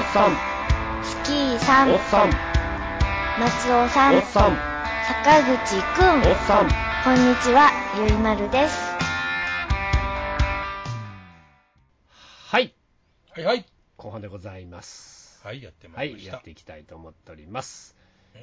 っさん、 スキーさん、 おっさん、 松尾さん、 おっさん、 坂口くん、 おっさん。 こんにちは、ゆいまるです。 はい、 はいはい。 後半でございます。 はい、やってまいりました。 やっていきたいと思っております。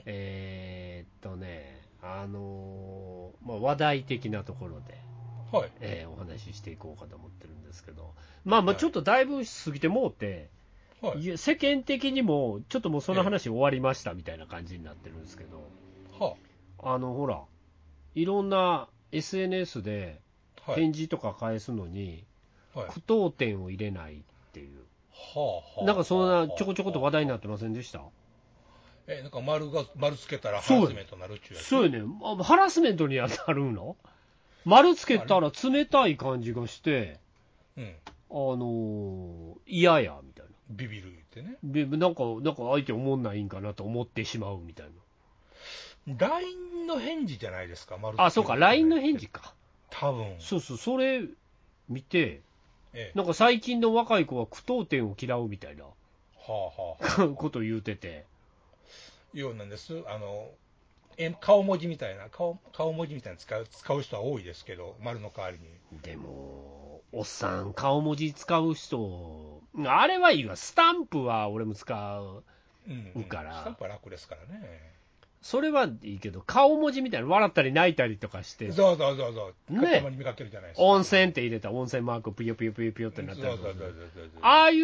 話題的なところで、 はい。 お話ししていこうかと思ってるんですけど、まあちょっとだいぶ過ぎてもうて、 はい。 いや世間的にもちょっともうその話終わりましたみたいな感じになってるんですけど、 はほら、いろんな SNS であ。はい。 返事とか返すのに、 はい。 句読点を入れないっていう、 はあ。 なんかそんなちょこちょこと話題になっってませんでした？ なんか丸つけたらハそうやラスメントになるっちゅうやつ。 そうよね、ハラスメントにはなるの？丸つけたら冷たい感じがして、 うん。 嫌やみたいな。 ビビる言ってね。 で、なんか相手思んないんかなと思ってしまうみたいな。 LINE の返事じゃないですか、丸つける。 あ、そうか、LINE の返事か。 多分。 そうそう、それ見て、 ええ。 なんか最近の若い子は句読点を嫌うみたいなはあはあ。 こと言うてて。 ようなんです。顔文字みたいな、顔文字みたいな使う人は多いですけど、丸の代わりに。 でも、おっさん、顔文字使う人、あれはいいわ、スタンプは俺も使うから、 スタンプは楽ですからね。 それはいいけど、顔文字みたいな、笑ったり泣いたりとかして、 そう。 ね、 たまに見かけるじゃないですか。 温泉って入れたら温泉マーク、ぷよぷよぷよぷよってなったりとか、 そう。 ああいう、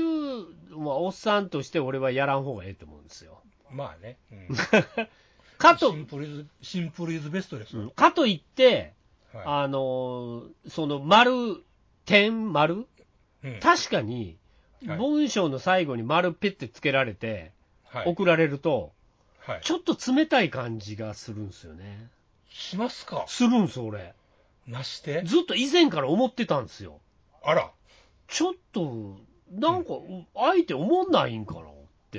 おっさんとして俺はやらん方がええと思うんですよ。 まあね。 かとシンプルイズベストですよ。 かといって、 はいその点丸、確かに文章の最後に丸ペッてつけられて、送られると、ちょっと冷たい感じがするんですよね。 しますか？ するんですよ、俺。 なして？ ずっと以前から思ってたんですよ。 あら。 ちょっと、なんか、相手思んないんかなって。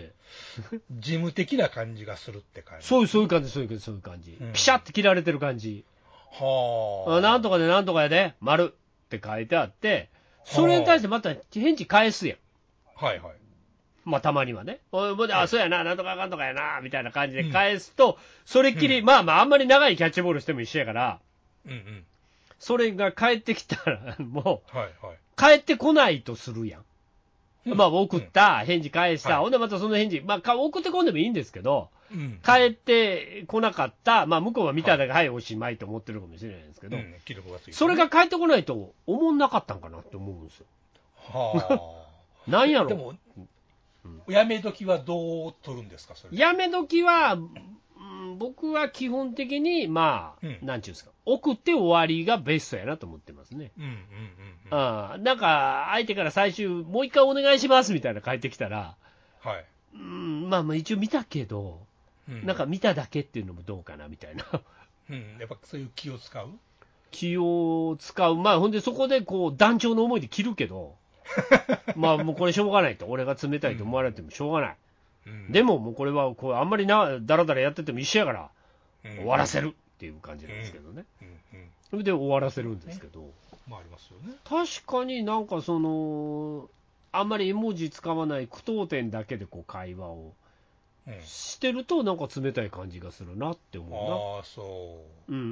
事務的な感じがするって感じ。 そういう感じ、ピシャって切られてる感じ。 はあ。 なんとかでなんとかやで、丸って書いてあって、それに対してまた返事返すやん。 はい。 まあたまにはね。そうやな、なんとかかんとかやな、みたいな感じで返すと、それっきり、まああんまり長いキャッチボールしても一緒やから、それが返ってきたら、もう、返ってこないとするやん。まあ送った、返事返した、ほんでまたその返事、まあ送ってこんでもいいんですけど、帰ってこなかった、まあ向こうは見ただけ、はい、おしまいと思ってるかもしれないんですけど、それが帰ってこないと思んなかったんかなって思うんですよ。 はあ。 なんやろ。 でも、やめ時はどう取るんですか、それ。 やめ時は、僕は基本的に、まあ、なんちゅうんですか、送って終わりがベストやなと思ってますね。なんか、相手から最終、もう一回お願いしますみたいな返ってきたら、まあ一応見たけど、なんか見ただけっていうのもどうかなみたいな。 やっぱそういう気を使う？ 気を使う。まあほんでそこでこう、団長の思いで切るけど、まあもうこれしょうがないと。俺が冷たいと思われてもしょうがない。でももうこれはこうあんまりだらだらやってても一緒やから、終わらせるっていう感じなんですけどね。それで終わらせるんですけど。 まあありますよね。 確かになんかあんまり絵文字使わない句読点だけでこう会話をしてるとなんか冷たい感じがするなって思うな。 ああ、そう。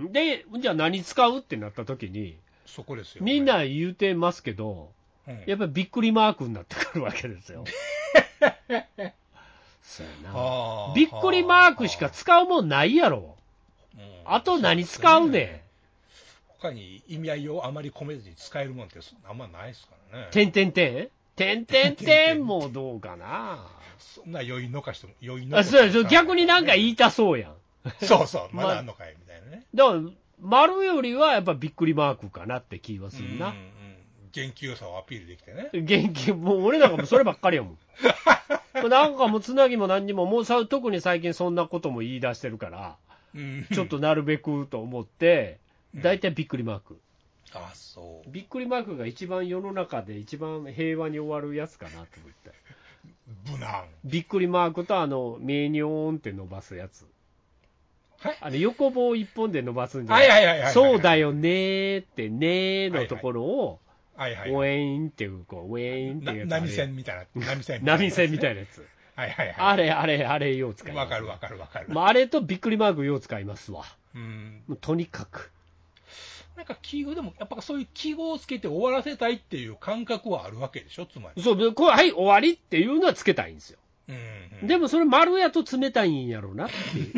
で、じゃあ何使うってなった時に、 そこですよ、 みんな言うてますけど、やっぱりびっくりマークになってくるわけですよ。そうやな。びっくりマークしか使うもんないやろ。あと何使うねん。 他に意味合いをあまり込めずに使えるもんってあんまないですからね。 てんてんてんもどうかな。 そんな余韻のかしても、 そう逆になんか言いたそうやん。 そう、まだあんのかいみたいなね。 だから、丸よりはやっぱびっくりマークかなって気はするな。 元気良さをアピールできてね。 元気、もう俺なんかもそればっかりやもん。なんかもうつなぎも何にも、もう特に最近そんなことも言い出してるから、ちょっとなるべくと思って、だいたいびっくりマーク。 あ、そう。 びっくりマークが一番世の中で一番平和に終わるやつかなと思って。 無難。 びっくりマークとメニョーンって伸ばすやつ。横棒一本で伸ばすんじゃない。そうだよねーってねーのところを、 はいはい。 ウェーンっていう、こう、ウェーンっていうやつ。 波線みたいな。 波線みたいなやつ。 はいはいはい。 あれ、よう使います。 わかるわかるわかる。 まあ、あれとびっくりマークよう使いますわ。もうとにかく。 なんか記号でも、やっぱそういう記号をつけて終わらせたいっていう感覚はあるわけでしょ、つまり。 そう、これ、はい、終わりっていうのはつけたいんですよ。でもそれ丸やと冷たいんやろうなっていう。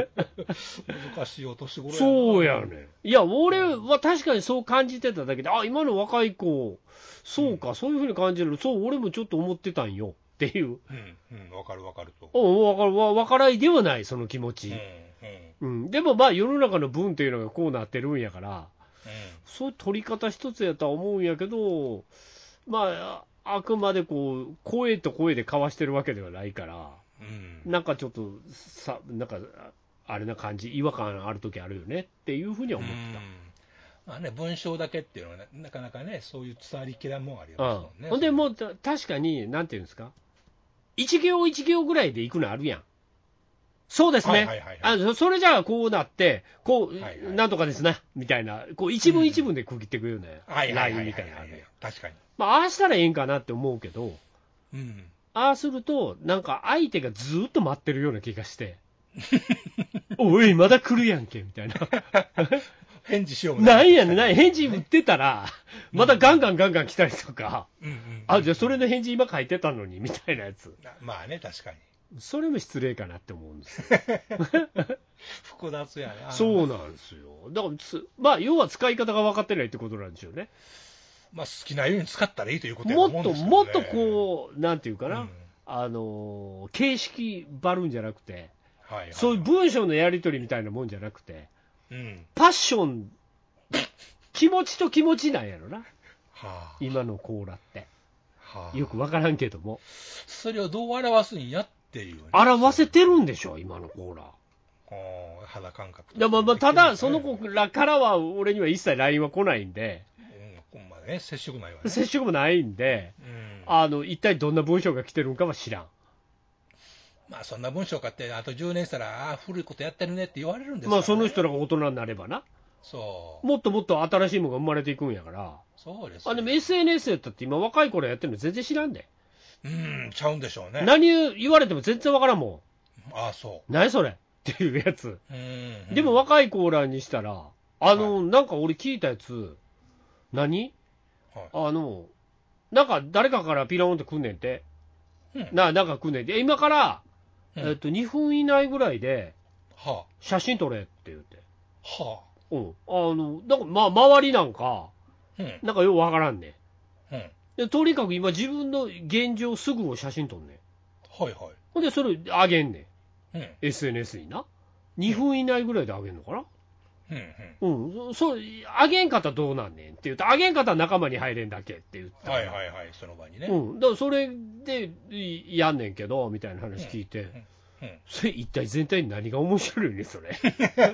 難しいお年頃やな。 そうやね。いや、俺は確かにそう感じてただけで、あ、今の若い子、そうか、そういうふうに感じる。そう、俺もちょっと思ってたんよっていう。 わかるわかると。 わからいではない、その気持ち。でもまあ世の中の文っていうのがこうなってるんやから、そういう取り方一つやとは思うんやけど、まあ、あくまでこう、声と声で交わしてるわけではないから、なんかちょっとなんか、あれな感じ、違和感あるときあるよねっていうふうには思ってた。 まあね、文章だけっていうのは、ね、なかなかね、そういう伝わりきらんもんありますもんね。 ほんでもう、確かに、なんていうんですか、一行一行ぐらいで行くのあるやん。そうですね。それじゃあこうなって、こう、なんとかですね、みたいな、こう一文一文で区切っていくよね。ラインみたいなのあるやん。 確かに。 まあ、ああしたらええんかなって思うけど、ああすると、なんか相手がずっと待ってるような気がして、おい、まだ来るやんけ、みたいな。 返事しようもない。なんやねん、返事打ってたら、またガンガン来たりとか、じゃあそれの返事今書いてたのに、みたいなやつ。 まあね、確かに。 それも失礼かなって思うんですよ。 複雑やな。 そうなんですよ。だからまあ、要は使い方が分かってないってことなんでしょうね。 まあ、好きなように使ったらいいということだと思うんですけどね。 もっとこう、なんていうかな、形式ばるんじゃなくて、そういう文章のやり取りみたいなもんじゃなくて、パッション、気持ちと気持ちなんやろな。今のコーラって。よく分からんけども。 それをどう表すんやっていう、ね。 表せてるんでしょ、今のコーラ。 肌感覚。 ただ、その子らからは、俺には一切 LINE は来ないんで、 まあね、接触ないわね。 接触もないんで、一体どんな文章が来てるのかは知らん。 まあ、そんな文章かって、あと10年したら、古いことやってるねって言われるんですから、ね。まあ、その人らが大人になればな。 そう。 もっともっと新しいものが生まれていくんやから。 そうです。 でも SNS やったって今若い頃やってるの全然知らんで。 ちゃうんでしょうね。 何言われても全然わからんもん。ああ、そう。 何それっていうやつ。でも若い子らにしたら、なんか俺聞いたやつ、何、なんか誰かからピローンって来んねんて。なんか来んねんて。今から、2分以内ぐらいで、写真撮れって言って。だからまあ周りなんか、なんかようわからんねん。とにかく今自分の現状すぐを写真撮んねん。ほんでそれあげんねん。SNS にな。2分以内ぐらいであげんのかな。そう、あげんかったらどうなんねんって言うと、あげんかったら仲間に入れんだけって言って。 その場にね。 だからそれでやんねんけど、みたいな話聞いて、それ一体全体に何が面白いねん、それ。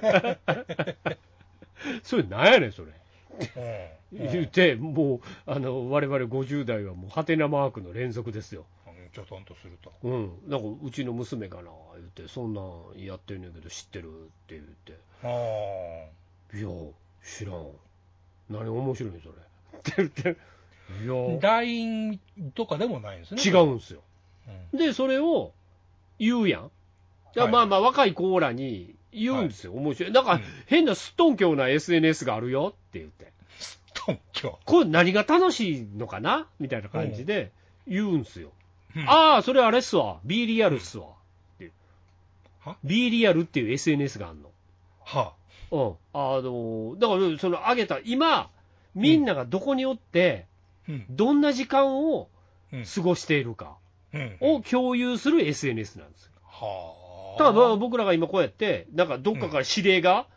それなんやねん、それ。言って、もう、我々50代はもう、ハテナマークの連続ですよ。 ちょとんとすると。 なんか、うちの娘かな、言って、そんなんやってんねんけど、知ってるって言って。いや、知らん。何が面白いの、それ。って言って。いや。 LINE とかでもないんですね。 違うんですよ。で、それを言うやん。まあまあ、若い子らに言うんですよ。面白い。なんか、変なすっとんきょうな SNS があるよって言って。 すっとんきょう。 これ何が楽しいのかなみたいな感じで言うんですよ。それあれっすわ。B リアルっすわ。B リアルっていう SNS があるの。だから、その上げた、今、みんながどこにおって、どんな時間を過ごしているかを共有する SNS なんですよ。ただ、僕らが今こうやって、なんかどっかから指令が、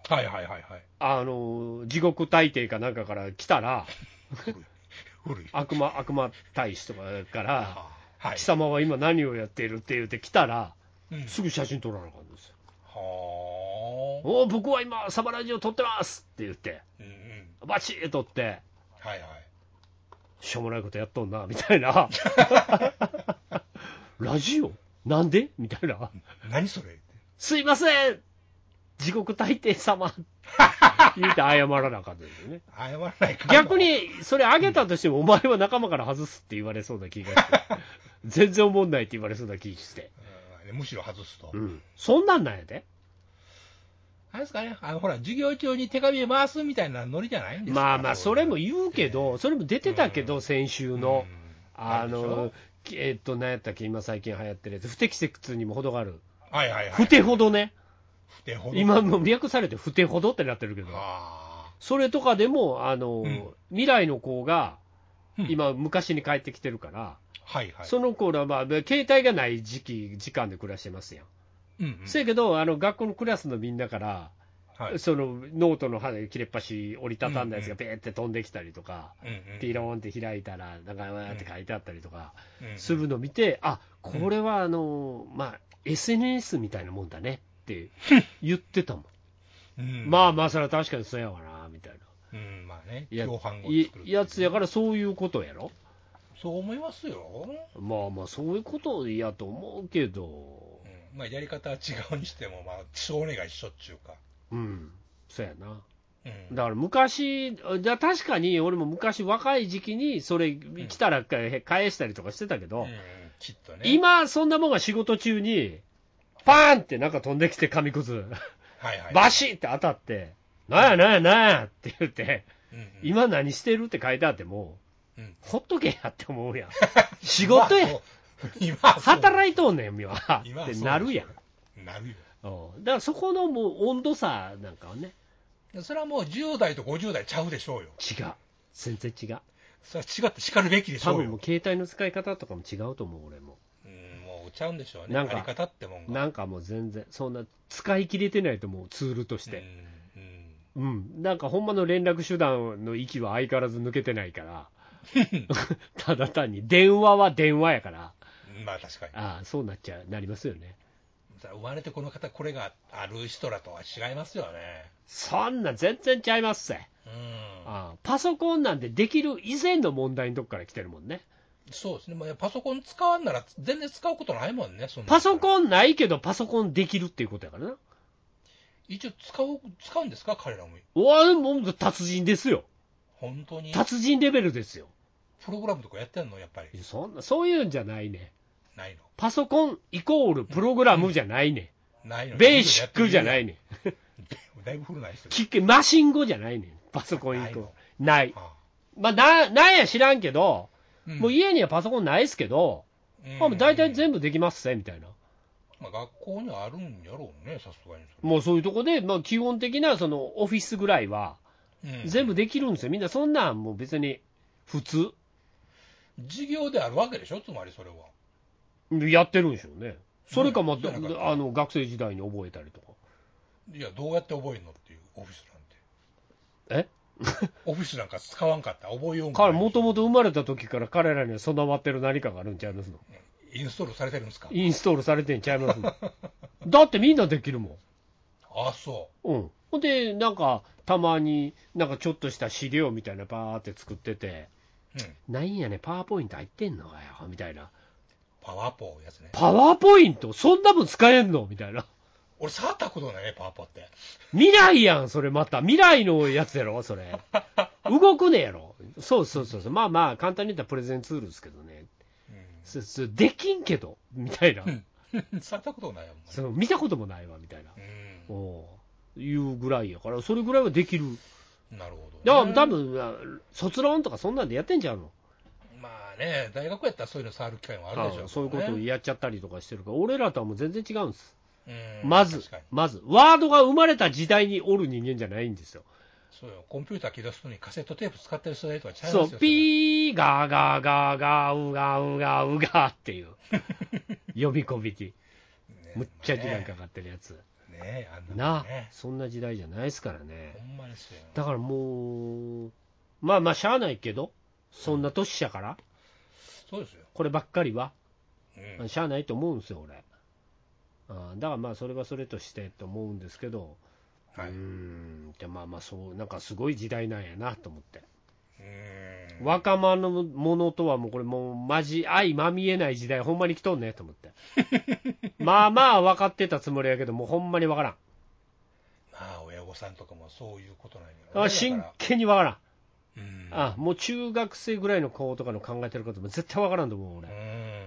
地獄大帝かなんかから来たら、悪魔大使とかから、貴様は今何をやっているって言って来たら、すぐ写真撮らなあかんですよ。僕は今、サバラジオ撮ってますって言って、バチッと撮って、しょうもないことやっとんな、みたいな。ラジオなんでみたいな。 何それすいません地獄大帝様言うて謝らなかったですよね。 謝らないか。 逆に、それあげたとしても、お前は仲間から外すって言われそうな気がして。全然思んないって言われそうな気がして。 むしろ外すと。 そんなんなんやで。 あれですかね、ほら、授業中に手紙を回すみたいなノリじゃないんですか。 まあまあ、それも言うけど、それも出てたけど、先週の、何やったっけ、今最近流行ってるやつ、不適切にも程がある。 はいはいはい。 不手ほどね。 不手ほど。 今も略されて不手ほどってなってるけど。それとかでも、未来の子が、今、昔に帰ってきてるから、その子らは、携帯がない時間で暮らしてますやん。せやけど、学校のクラスのみんなから、そのノートの切れっ端折りたたんだやつがペーって飛んできたりとか、ピローンって開いたら、なんかわーって書いてあったりとかするのを見て、あ、これはSNS みたいなもんだねって言ってたもん。まあまあ、それは確かにそうやわな、みたいな。 まあね、 やつやからそういうことやろ。 そう思いますよ。 まあまあ、そういうことやと思うけど。 まあ、やり方は違うにしても、まあ、少年が一緒っちゅうか。 そうやな。だから昔、確かに俺も昔若い時期にそれ来たら返したりとかしてたけど、 きっとね、 今そんなもんが仕事中に、パーンってなんか飛んできて紙くず、バシッって当たって、なんやって言って、今何してるって書いてあっても、ほっとけやって思うやん。仕事や。働いとんねん、今は。ってなるやん。 なるよ。 だからそこのもう温度差なんかはね。 それはもう10代と50代ちゃうでしょうよ。 違う。全然違う。 それは違って叱るべきでしょうよ。 多分もう携帯の使い方とかも違うと思う、俺も。 もうちゃうんでしょうね。やり方ってもんが。 なんかもう全然、そんな使い切れてないと思う、ツールとして。なんかほんまの連絡手段の域は相変わらず抜けてないから。ただ単に電話は電話やから。 まあ確かに。 そうなりますよね。 生まれてこの方、これがある人らとは違いますよね。 そんな全然ちゃいますせ。パソコンなんてできる以前の問題のとこから来てるもんね。 そうですね。パソコン使わんなら全然使うことないもんね。 パソコンないけどパソコンできるっていうことやからな。 一応使うんですか、彼らも。 もう達人ですよ。 本当に達人レベルですよ。 プログラムとかやってんの、やっぱり。 そういうんじゃないね。 ないの。 パソコンイコールプログラムじゃないね。 ないの。 ベーシックじゃないね。 だいぶ古ないですよ。マシン語じゃないね。パソコンイコール。ない。まあ、なんや知らんけど、もう家にはパソコンないですけど、大体全部できますぜ、みたいな。 まあ、学校にはあるんやろうね、さすがに。 もうそういうとこで、基本的なそのオフィスぐらいは、全部できるんですよ。みんなそんなんもう別に普通。 授業であるわけでしょ、つまりそれは。 やってるんでしょうね。それか学生時代に覚えたりとか。 いや、どうやって覚えるのっていう、オフィスなんて。 オフィスなんか使わんかったら覚えようももともと生まれた時から彼らには備わってる何かがあるんちゃいますの。 インストールされてるんですか。 インストールされてんちゃいますの。だってみんなできるもん。 そう。 ほんで、なんか、たまに、なんかちょっとした資料みたいなバーって作ってて、なんやね、パワーポイント入ってんのかよ、みたいな。 パワーポーやつね。 パワーポイントそんな分使えんのみたいな。 俺触ったことないね、パワーポって。 未来やん、それまた。未来のやつやろ、それ。動くねやろ。そう。まあまあ、簡単に言ったらプレゼンツールですけどね。できんけど、みたいな。 触ったことないよ。見たこともないわ、みたいな。いうぐらいやから、それぐらいはできる。 なるほど、 だから多分、卒論とかそんなんでやってんちゃうの。 まあね、大学やったらそういうの触る機会もあるでしょう、 そういうことをやっちゃったりとかしてるから、俺らとはもう全然違うんです。まず、ワードが生まれた時代におる人間じゃないんですよ。 そうよ、コンピューター起動するのにカセットテープ使ってる人とはちゃいますよ。 そう、ピー、ガーガーガーガー、うがうがうがっていう。呼び込み機。むっちゃ時間かかってるやつ。そんな時代じゃないですからね。 ほんまですよ。 だからもう、まあしゃあないけど、そんな年やから。 そうですよ。 こればっかりは。しゃあないと思うんですよ、俺。だからそれはそれとしてと思うんですけど、そうなんかすごい時代なんやなと思って。若者とはもうこれもうマジ相まみえない時代ほんまに来とんねと思って。まあ分かってたつもりやけどもうほんまに分からん。 親御さんとかもそういうことなんやろ、ね、 真剣にわからん。もう中学生ぐらいの子とかの考えてることも絶対わからんと思う、俺。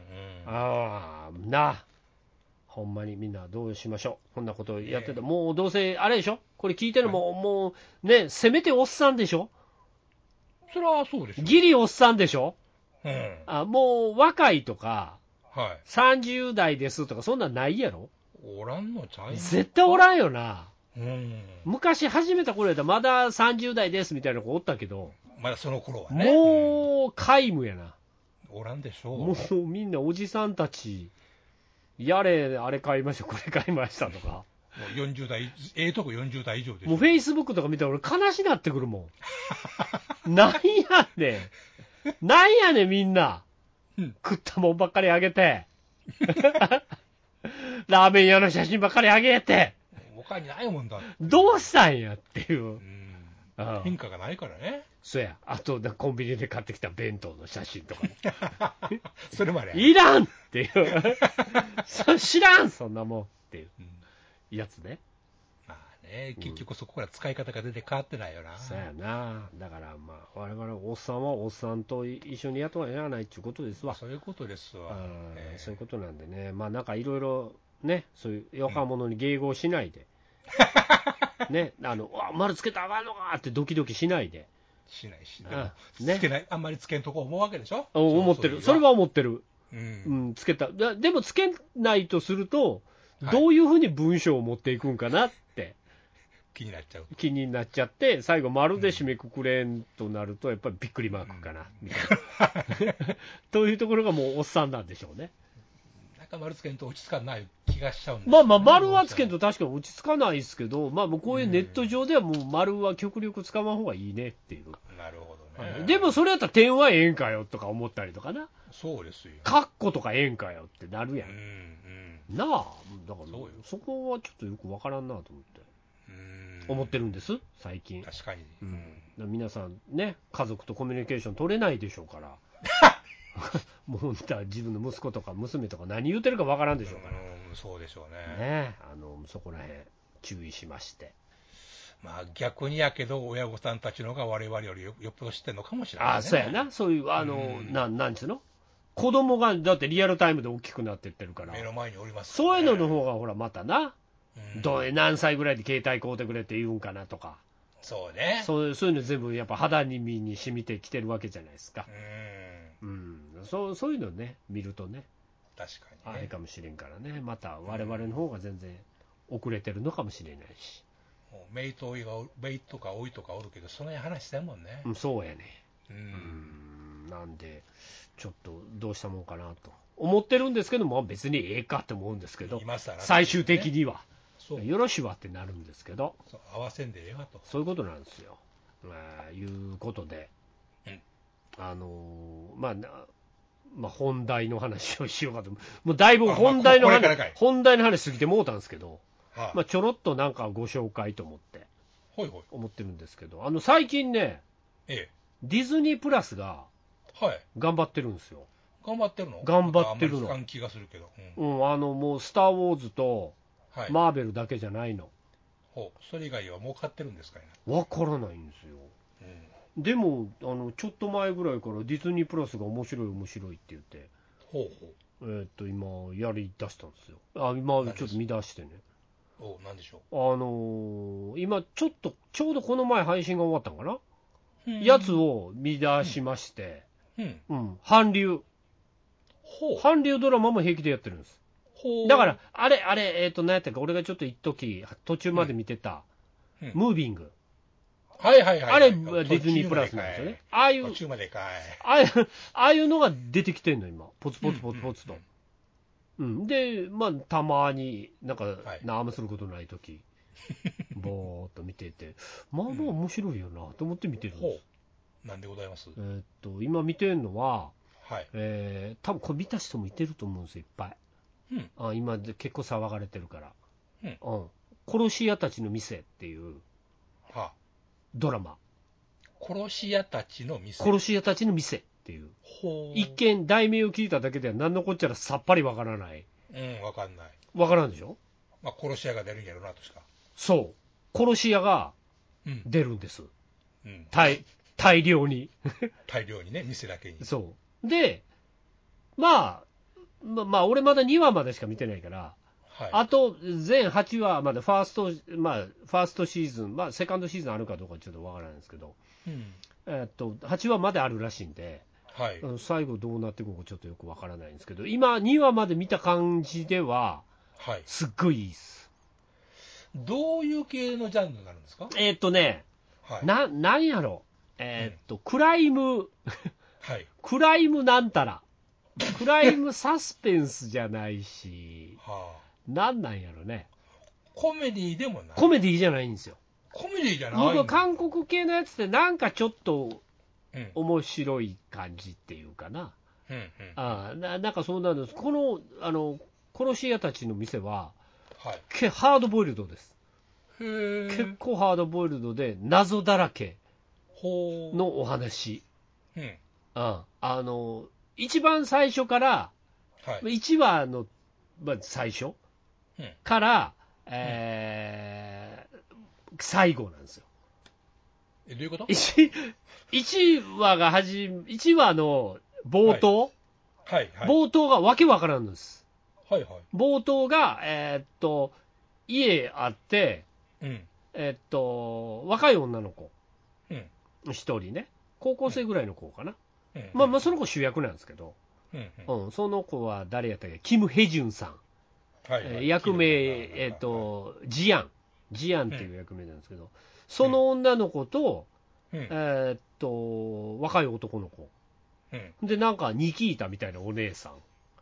ほんまにみんなどうしましょう、こんなことやってた、もうどうせあれでしょ、これ聞いてるのも、もうね、せめておっさんでしょ、 それはそうでしょ、 ギリおっさんでしょ、もう若いとか、30代ですとか、そんなんないやろ、 おらんのちゃいますか、 絶対おらんよな。昔始めた頃やったらまだ30代ですみたいな子おったけど、 まだその頃はね、 もう皆無やな。 おらんでしょう。 もうみんなおじさんたち、やれ、あれ買いました、これ買いましたとか。もう40代、とこ40代以上でしょ。 もうフェイスブックとか見たら俺悲しなってくるもん。なんやねん。なんやねんみんな。食ったもんばっかりあげて。ラーメン屋の写真ばっかりあげて。 他にないもんだ。 どうしたんやっていう。 変化がないからね。 そうや。あと、コンビニで買ってきた弁当の写真とか。 それまで。 いらんっていう。知らんそんなもんっていうやつね。 まあね、結局そこから使い方が出て変わってないよな。 そうやな。だからまあ、我々おっさんはおっさんと一緒にやっとはやらないっていうことですわ。 そういうことですわ。 そういうことなんでね。まあなんかいろいろね、そういう若者に迎合しないで。ね、丸つけたらあかんのかってドキドキしないで。 しないし、ね、つけない、あんまりつけんとこ思うわけでしょ。 思ってる。それは思ってる。つけた。でもつけないとすると、どういうふうに文章を持っていくんかなって。 気になっちゃう。 気になっちゃって、最後丸で締めくくれんとなると、やっぱりびっくりマークかな、みたいな。というところがもうおっさんなんでしょうね。 丸つけんと落ち着かない気がしちゃうんですよ、ね。まあ丸はつけんと確かに落ち着かないですけど、まあもうこういうネット上ではもう丸は極力使わん方がいいねっていう。なるほどね。 でもそれやったら点はええんかよとか思ったりとかな。 そうですよ。 カッコとかええんかよってなるやん。なあ、だからそこはちょっとよくわからんなと思って。思ってるんです、最近。 確かに。 皆さんね、家族とコミュニケーション取れないでしょうから。もう自分の息子とか娘とか何言うてるかわからんでしょうから。 そうでしょうね。 そこら辺注意しまして。 まあ逆にやけど親御さんたちのが我々よりよっぽど知ってるのかもしれないね。 そうやな。そういうなんつうの？子供がだってリアルタイムで大きくなっていってるから。 目の前におりますからね。そういうのの方がほらまたな。何歳ぐらいで携帯買うてくれって言うんかなとか。 そうね。 そういうの全部やっぱ肌に身に染みてきてるわけじゃないですか。そういうのね、見るとね、 確かに、 あれかもしれんからね、また我々の方が全然遅れてるのかもしれないし。 メイとか老いとかおるけど、その辺話してんもんね。 そうやね。なんで、ちょっとどうしたもんかなと思ってるんですけども、別にええかって思うんですけど、最終的には、よろしはってなるんですけど、 合わせんでええわと。 そういうことなんですよ。いうことで、本題の話をしようかと。もうだいぶ本題の話過ぎてもうたんですけど、ちょろっとなんかご紹介と思って思ってるんですけど、最近ね、ディズニープラスが頑張ってるんですよ。 頑張ってるの？ 頑張ってるの。 気がするけど。 もうスター・ウォーズとマーベルだけじゃないの。 それ以外は儲かってるんですかね。 わからないんですよ。でもちょっと前ぐらいからディズニープラスが面白いって言って、今やりだしたんですよ。今ちょっと見出してね。 なんでしょう。今ちょうどこの前配信が終わったんかな。やつを見出しまして、韓流ドラマも平気でやってるんです。だからあれ何やったか、俺がちょっと一時途中まで見てたムービング。あれディズニープラスなんですよね。ああいうのが出てきてんの今、ポツポツと。で、たまになんか何もすることないとき、ぼーっと見てて、面白いよなと思って見てるんです。 なんでございます？ 今見てるのは、多分これ見た人もいてると思うんですよ、いっぱい。今で結構騒がれてるから。殺し屋たちの店っていうドラマ。 殺し屋たちの店っていう。一見題名を聞いただけでは何のこっちゃらさっぱりわからない。 わかんない。 わからんでしょ？ 殺し屋が出るんやろなとしか。 そ殺し屋が出るんです。大量に。 大量にね、店だけに。 そう。で、まあ、俺まだ2話までしか見てないから、はい、あと全8話までファーストシーズン、セカンドシーズンあるかどうかちょっとわからないんですけど、8話まであるらしいんで、はい、最後どうなっていくのかちょっとよくわからないんですけど、今2話まで見た感じでは、はい、すっごいいいです。 どういう系のジャンルになるんですか？ はい、なんやろ、クライム、はい、クライムなんたら、クライムサスペンスじゃないし、はあ、なんやろね。 コメディでもない。 コメディじゃないんですよ。 コメディじゃない。 僕は韓国系のやつってなんかちょっと面白い感じっていうかな。なんかそうなんです。この殺し屋たちの店は、はい、ハードボイルドです。結構ハードボイルドで謎だらけのお話。一番最初から、はい、1話の、最初から、最後なんですよ。 どういうこと？ 1話の冒頭、はいはいはい、冒頭がわけわからんのです。はいはい、冒頭が、家あって、若い女の子、一人ね、高校生ぐらいの子かな。その子主役なんですけど、その子は誰やったっけ、キム・ヘジュンさん。はいはい、役名、ジアンっていう役名なんですけど、その女の子と、若い男の子、で、なんかニキータみたいなお姉さん。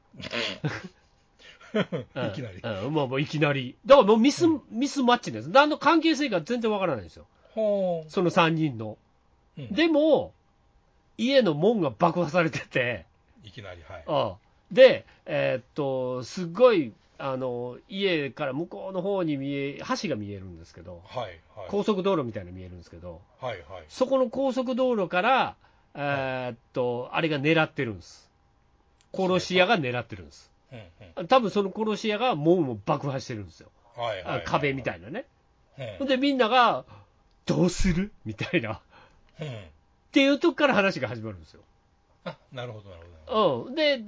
いきなり。 いきなり。だからもうミスマッチです。何の関係性が全然わからないんですよ。その3人の。でも、家の門が爆破されてて、 いきなり、はい。 で、すっごい、家から向こうの方に橋が見えるんですけど、はいはい、高速道路みたいなの見えるんですけど、はいはい、そこの高速道路から、あれが狙ってるんです。殺し屋が狙ってるんです。多分その殺し屋が門を爆破してるんですよ。はいはい、壁みたいなね。で、みんなが、どうするみたいな。っていうとこから話が始まるんですよ。 なるほど、なるほど。 で、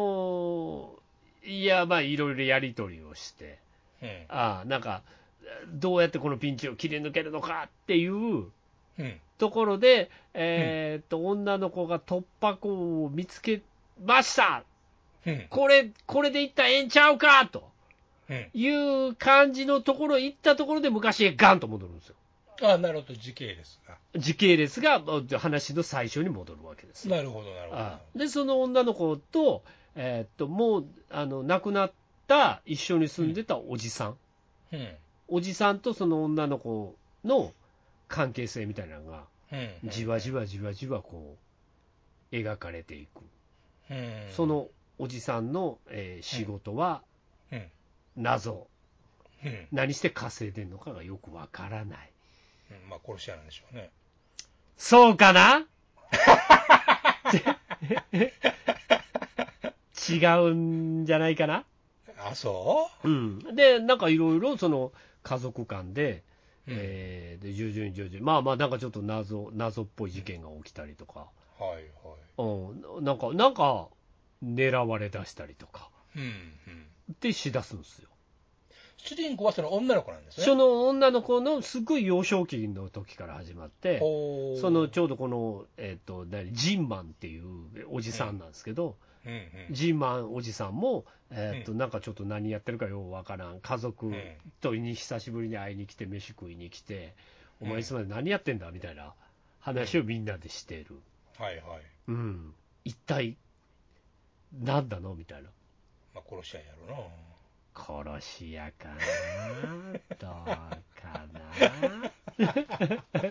いや、いろいろやり取りをして、なんか、どうやってこのピンチを切り抜けるのかっていうところで、女の子が突破口を見つけました、これでいったらええんちゃうかという感じのところ、行ったところで昔へガンと戻るんですよ。 なるほど、時系列が話の最初に戻るわけです。なるほど、なるほど。で、その女の子と、もう亡くなった一緒に住んでたおじさん、おじさんとその女の子の関係性みたいなのが、じわじわこう描かれていく。そのおじさんの、仕事は謎、何して稼いでるのかがよくわからない。 殺し屋なんでしょうね。 そうかな違うんじゃないかな。 そう？ で、なんかいろいろその家族間で、で徐々になんかちょっと謎っぽい事件が起きたりとか、なんか狙われ出したりとか、ってしだすんですよ。 主人公はその女の子なんですね。 その女の子のすごい幼少期の時から始まって、そのちょうどこの、ジンマンっていうおじさんなんですけど、ジンマンおじさんも、なんかちょっと何やってるかようわからん家族と久しぶりに会いに来て飯食いに来て、お前いつまで何やってんだみたいな話をみんなでしてる。一体何なのみたいな。 殺し屋やろな。 殺し屋かな、どうかな。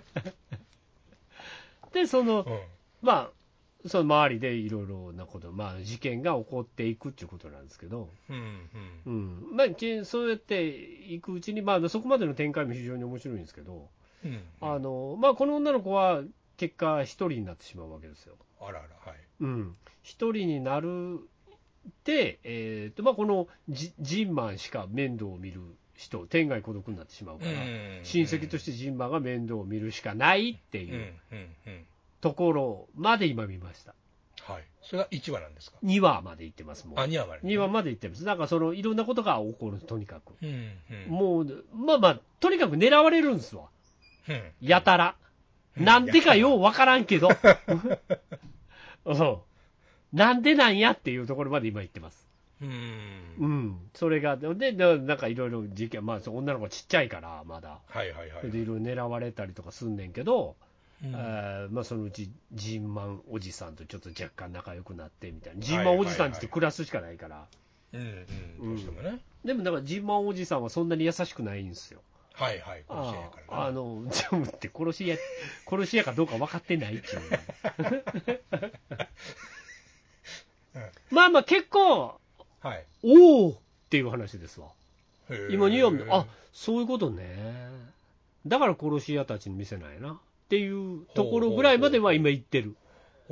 で、その周りでいろいろなこと、事件が起こっていくっていうことなんですけど、そうやっていくうちに、そこまでの展開も非常に面白いんですけど、この女の子は結果一人になってしまうわけですよ。一人になるで、このジンマンしか面倒を見る人、天涯孤独になってしまうから、親戚として陣馬が面倒を見るしかないっていうところまで今見ました。 はい。それが1話なんですか。 2話まで行ってます、もう。 2話まで、 2話まで行ってます。なんかいろんなことが起こる、とにかく。 うんうん、 もう、まあまあ、とにかく狙われるんですわ。 うん、 やたら。なんでかようわからんけど。うん。なんでなんやっていうところまで今行ってます。うん。それが、で、なんかいろいろ事件、まあ、女の子ちっちゃいから、まだ。 はいはいはい。 で、いろいろ狙われたりとかすんねんけど、まあ、そのうちジンマンおじさんとちょっと若干仲良くなってみたいな、ジンマンおじさんって暮らすしかないから、 どうしてもね。 でもだからジンマンおじさんはそんなに優しくないんですよ。 はいはい、殺し屋やからね。 ジャムって殺し屋かどうか分かってないっていうまあまあ結構、 はい、 おおっていう話ですわ。今2話目、そういうことね。だから殺し屋たちに見せないなっていうところぐらいまでは今言ってる。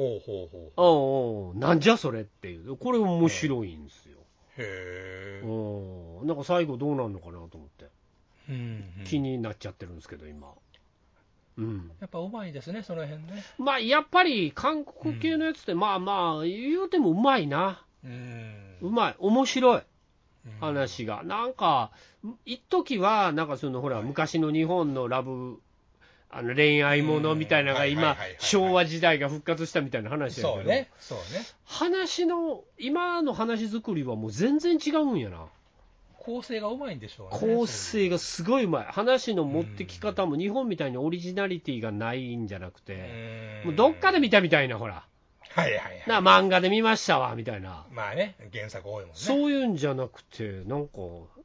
なんじゃそれっていう。これ面白いんですよ。へえ。なんか最後どうなるのかなと思って。気になっちゃってるんですけど、今。 やっぱうまいですね、その辺ね。 まあ、やっぱり韓国系のやつって、まあまあ、言うてもうまいな。うまい。面白い。話が。なんか、一時は、なんかほら、昔の日本の恋愛ものみたいなのが今、昭和時代が復活したみたいな話だけど、 そうね。 今の話作りはもう全然違うんやな。 構成がうまいんでしょうね。 構成がすごいうまい。話の持ってき方も日本みたいにオリジナリティがないんじゃなくて、もうどっかで見たみたいな、ほら。漫画で見ましたわみたいな。 まあね、原作多いもんね。 そういうんじゃなくて、なんか、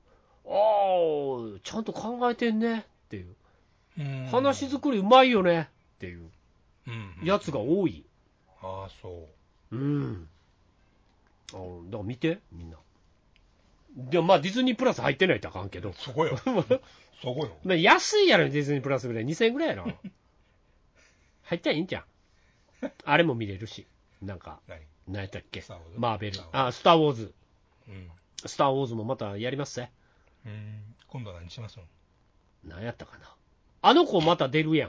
ちゃんと考えてんねっていう。話作りうまいよねっていうやつが多い。 ああ、そう。 だから見て、みんな。でもまあディズニープラス入ってないとあかんけど。 そこよ。そこよ。 まあ安いやろ、ディズニープラスぐらい。2000円ぐらいやろ。入ったらいいんじゃん。あれも見れるし。なんか、何やったっけ、マーベル。スター・ウォーズ。スター・ウォーズもまたやりますね。 今度は何しますの？ 何やったかな。あの子また出るやん。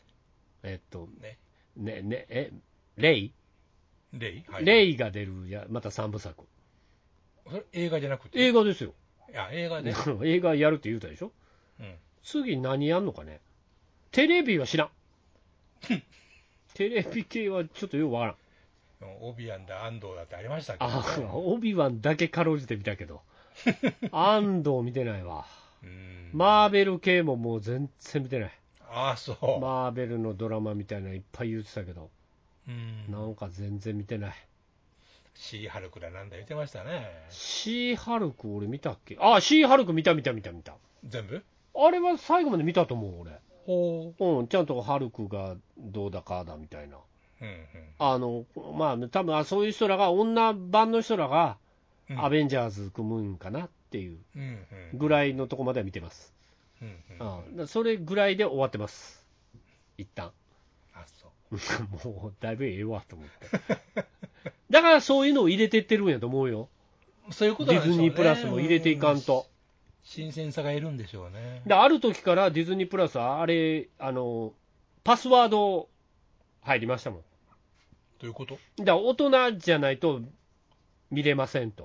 レイが出るまた3部作。 それ映画じゃなくて？ 映画ですよ。 いや、映画で。 映画やるって言うたでしょ。次何やんのかね。テレビは知らん。テレビ系はちょっとよくわからん。 オビワンだ、安藤だってありましたけど、 オビワンだけかろうじて見たけど。安藤見てないわ。マーベル系ももう全然見てない。 そう。 マーベルのドラマみたいなのいっぱい言ってたけど、なんか全然見てない。 シーハルクだなんだ言ってましたね。 シーハルク俺見たっけ？シーハルク見た。 全部？ あれは最後まで見たと思う、俺。ちゃんとハルクがどうだかだみたいな。まあ多分そういう人らが、女版の人らがアベンジャーズ組むんかなっていうぐらいのとこまでは見てます。それぐらいで終わってます、一旦。もうだいぶええわと思ってだからそういうのを入れてってるんやと思うよ。 そういうことなんでしょうね。 ディズニープラスも入れていかんと新鮮さがいるんでしょうね。 ある時からディズニープラスはパスワード入りましたもん。 どういうこと？ 大人じゃないと見れませんと。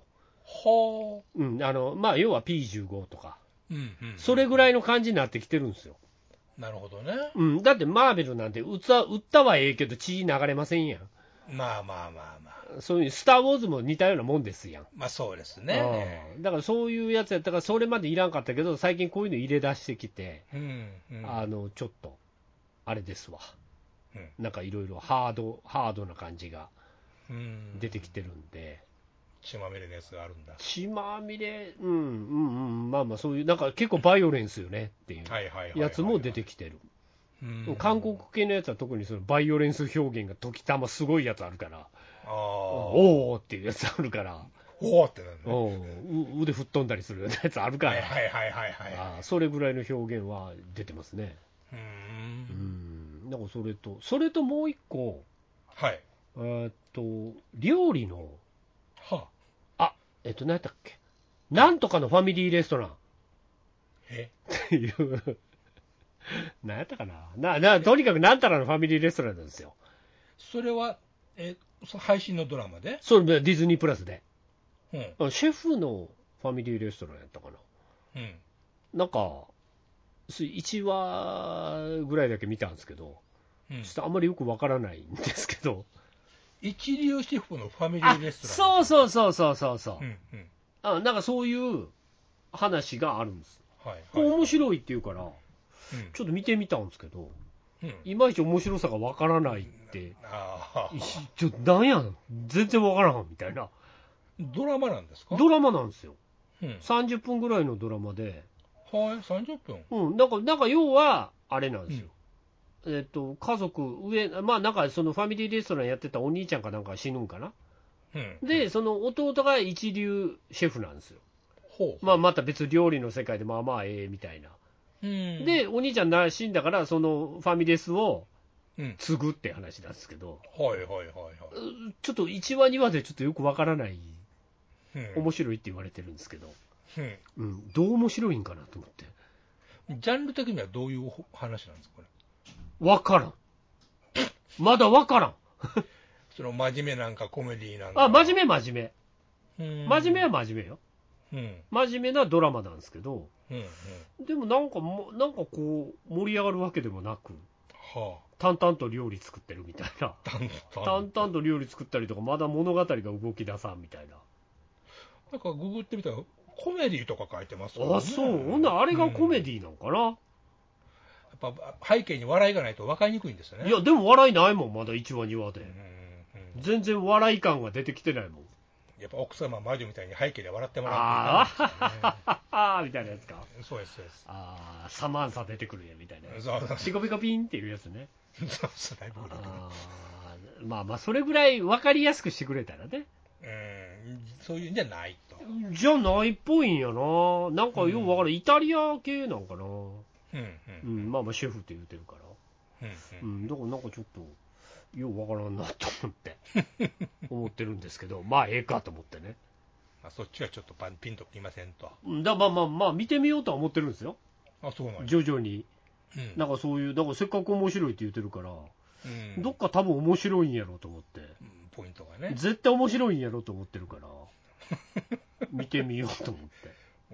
まあ要は P15 とか、それぐらいの感じになってきてるんですよ。 なるほどね。 だってマーベルなんて撃ったはええけど血流れませんやん。 まあ。 そういうスター・ウォーズも似たようなもんですやん。 まあそうですね。 だからそういうやつやったからそれまでいらんかったけど、最近こういうの入れ出してきて、ちょっとあれですわ。なんかいろいろハードな感じが出てきてるんで。 血まみれのやつがあるんだ。 血まみれ、まあまあそういうなんか結構バイオレンスよねっていうやつも出てきてる。韓国系のやつは特にそのバイオレンス表現が時たますごいやつあるから、おーっていうやつあるから、 おーってなんだ、腕吹っ飛んだりするやつあるから、それぐらいの表現は出てますね。だからそれともう一個、料理の、何やったっけ、なんとかのファミリーレストラン。 っていう、なんやったかな、とにかくなんたらのファミリーレストランなんですよ。 それは、配信のドラマで？ それディズニープラスで、 うん、 シェフのファミリーレストランやったかな、 うん、 なんか1話ぐらいだけ見たんですけど、 うん、 ちょっとあんまりよくわからないんですけど、 一流シェフのファミリーレストラン。 そう、 うんうん、 なんかそういう話があるんです。 はいこれはい、 面白いっていうから、 うん、 ちょっと見てみたんですけど、 うん、 いまいち面白さがわからないって、 あちょっとなんやん、全然わからんみたいな。 ドラマなんですか？ ドラマなんですよ。 うん、 30分ぐらいのドラマで、 はい、30分。 なんか要は、あれなんですよ。家族、まあなんかそのファミリーレストランやってたお兄ちゃんかなんか死ぬんかな。 うん、 で、その弟が一流シェフなんですよ。 ほう、 また別料理の世界でまあまあみたいな。 うん、 で、お兄ちゃん死んだから、そのファミレスをうん、 継ぐって話なんですけど、 はいはいはいはい、 ちょっと1話、2話でちょっとよくわからない、 うん、 面白いって言われてるんですけど、 うんどう面白いんかなと思って。 ジャンル的にはどういう話なんですか、これ？ わからん。まだわからん。 その真面目なんかコメディーなんか。 真面目。 うん真面目は真面目よ。 うん真面目なドラマなんですけど、 うんでもなんかこう、盛り上がるわけでもなく、 は淡々と料理作ってるみたいな。 あ、 淡々と料理作ったりとか、まだ物語が動き出さんみたいな。 なんかググってみたらコメディーとか書いてますからね。 そう。ほんならあれがコメディーなんかな。 やっぱ背景に笑いがないと分かりにくいんですよね。 いや、でも笑いないもん、まだ1話、2話で。 うん全然笑い感が出てきてないもん。 やっぱ奥様魔女みたいに背景で笑ってもらあっていかんですよね。 あ、みたいなやつか。 そうです、そうです。 サマンサ出てくるやみたいなやつ。 そうピコピコピンっていうやつね。 そうだいぶ古くまあ、それぐらい分かりやすくしてくれたらね。 そういうんじゃないと。 じゃないっぽいんやな。なんかよく分からん。イタリア系なんかな。まあシェフって言うてるから。だからなんかちょっと、ようわからんなと思って思ってるんですけど、まあええかと思ってね。 そっちはちょっとピンときませんと。 まあ見てみようとは思ってるんですよ。 そうなんや。 徐々に。なんかそういう、だからせっかく面白いって言ってるから、どっか多分面白いんやろうと思って。 ポイントがね。 絶対面白いんやろうと思ってるから、見てみようと思って。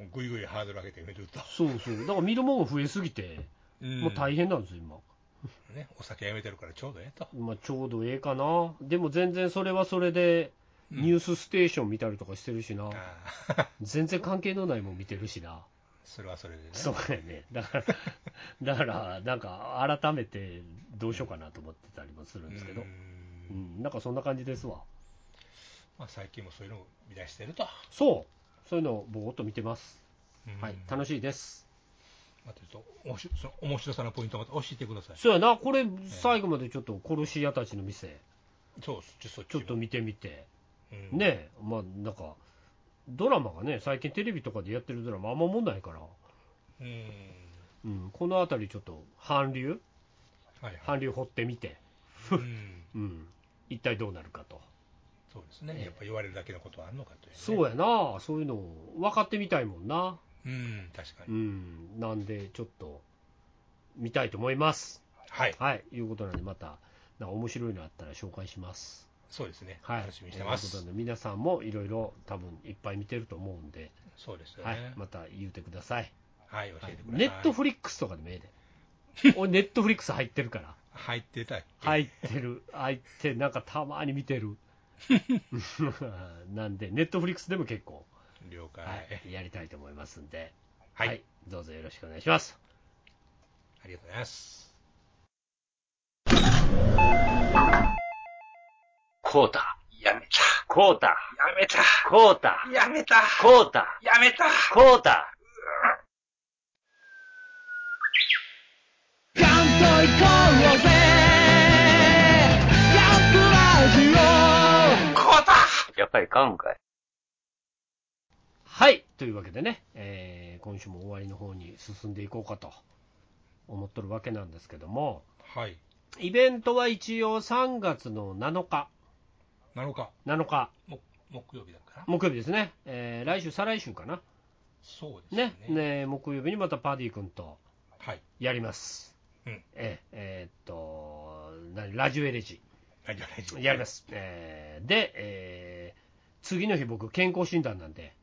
ぐいぐいハードル上げてみると。 そう。だから見るものが増えすぎて、もう大変なんですよ、今。 ね、お酒やめてるからちょうどええと。 ちょうどええかな。でも全然それはそれで、ニュースステーション見たりとかしてるしな。全然関係のないもん見てるしな。 それはそれでね。 そうやね。だからなんか改めてどうしようかなと思ってたりもするんですけど。なんかそんな感じですわ。 まあ最近もそういうのを見出してると。 そういうのをぼーっと見てます。はい、楽しいです。 またちょっと面白さのポイントをまた教えてください。 そうやな、これ最後までちょっと殺し屋たちの店、 ちょっと見てみて、ね、まあなんかドラマがね、最近テレビとかでやってるドラマあんまもんないから、この辺りちょっと韓流掘ってみて、一体どうなるかと。 そうですね、やっぱ言われるだけのことはあるのかという、ね、 そうやな、そういうのを分かってみたいもんな。 確かに。 なんでちょっと見たいと思います。 はい。 いうことなんで、また面白いのあったら紹介します。 そうですね。楽しみにしてます。 ということで皆さんもいろいろ多分いっぱい見てると思うんで、 そうですよね。 また言うてください。 はい、教えてください。 ネットフリックスとかでもええで。俺ネットフリックス入ってるから。 入ってたっけ？ 入ってなんかたまに見てる。なんでネットフリックスでも結構。 了解、 やりたいと思いますんで、 はいどうぞよろしくお願いします。 ありがとうございます。 コータやめた。 コータやめた。 コータやめた。 コータやめた。 コータガンと行こうぜガンプラジオコータやっぱり買うんかい。はい、というわけでね、今週も終わりの方に進んでいこうかと思っとるわけなんですけども、 はい。 イベントは一応3月の7日。 7日。 木曜日だから。 木曜日ですね。来週、再来週かな。 そうですね、木曜日にまたパディ君とやります。 はい。 ラジオエレジ。やります。で、次の日僕健康診断なんで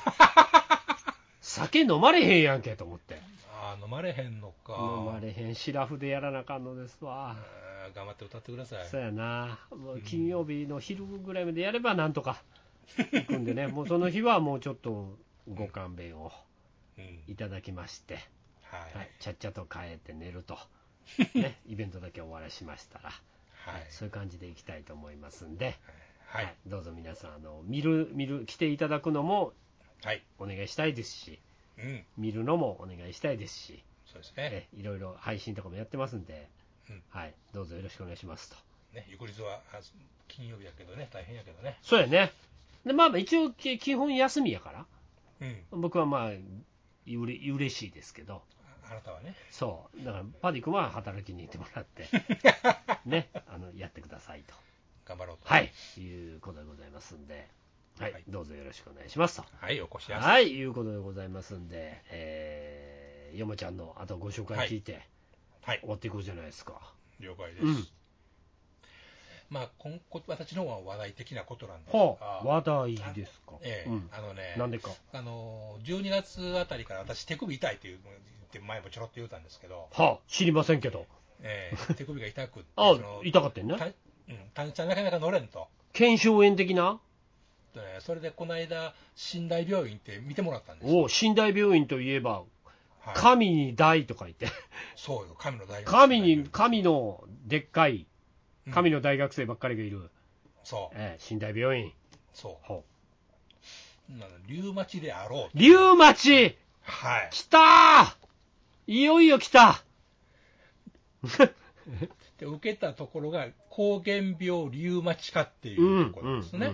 酒飲まれへんやんけと思って。 飲まれへんのか。 飲まれへん。シラフでやらなあかんのですわ。 頑張って歌ってください。 そうやな。もう金曜日の昼ぐらいまでやればなんとか行くんでねもうその日はもうちょっとご勘弁をいただきまして、はい、ちゃっちゃと帰って寝ると、ね、イベントだけ終わらしましたら、はい、そういう感じでいきたいと思いますんで、はいはい、どうぞ皆さん来ていただくのもお願いしたいですし、見るのもお願いしたいですし、 そうですね、 いろいろ配信とかもやってますんで、はい、どうぞよろしくお願いしますと。 ね、翌日は金曜日やけどね、大変やけどね。 そうやね。でまあ一応基本休みやから、僕はまあ嬉しいですけど。 あなたはね。 そうだからパディ君は働きに行ってもらってね、やってくださいと。 頑張ろうと。 はい、いうことでございますんで、はい、はい、どうぞよろしくお願いしますと。 はい、お越しやす。 はい、いうことでございますんで、よもちゃんのあとご紹介聞いて、はい、終わっていこうじゃないですか。 了解です。まあ、私の方は話題的なことなんですが、 話題ですか。なんでか。 12月あたりから私、手首痛いというって前もちょろっと言うたんですけど、 知りませんけど、 手首が痛くって、 痛かったんね。 単車なかなか乗れんと。 腱鞘炎的な。 それでこの間、寝台病院って見てもらったんですよ。 寝台病院といえば、神に大とか言って。 そうよ、神の大学生。神のでっかい。神の大学生ばっかりがいる、 そう、 寝台病院。 そうリュウマチであろう。 リュウマチ、 はい、 来たー、いよいよ来たで受けたところが膠原病リウマチ科っていうところですね。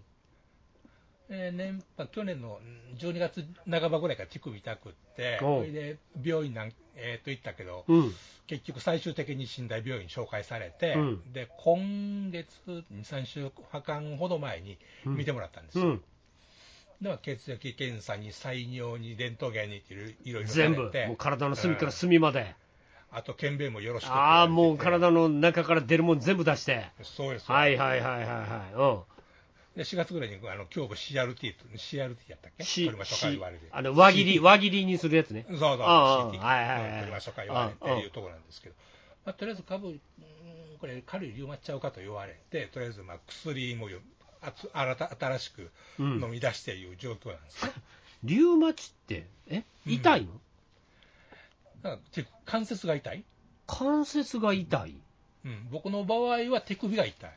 去年の12月半ばぐらいから手首痛くって、それで病院行ったけど、結局最終的に寝台病院に紹介されて、で今月2、3週間ほど前に見てもらったんですよ。では血液検査に採尿にレントゲンにっていろいろされて、 全部もう体の隅から隅まで、 あと検便もよろしく。 もう体の中から出るもん全部出して。 そうです。 はいで4月ぐらいに胸部 CRT やったっけ、取りましょうか言われて、 輪切りにするやつね。 そうそう、CT 取りましょうか言われていうところなんですけど、とりあえずこれ軽いリウマチちゃうかと言われて、とりあえず薬も新しく飲み出していう状況なんですね。 リウマチって痛いの？ 関節が痛い。 関節が痛い。 僕の場合は手首が痛い。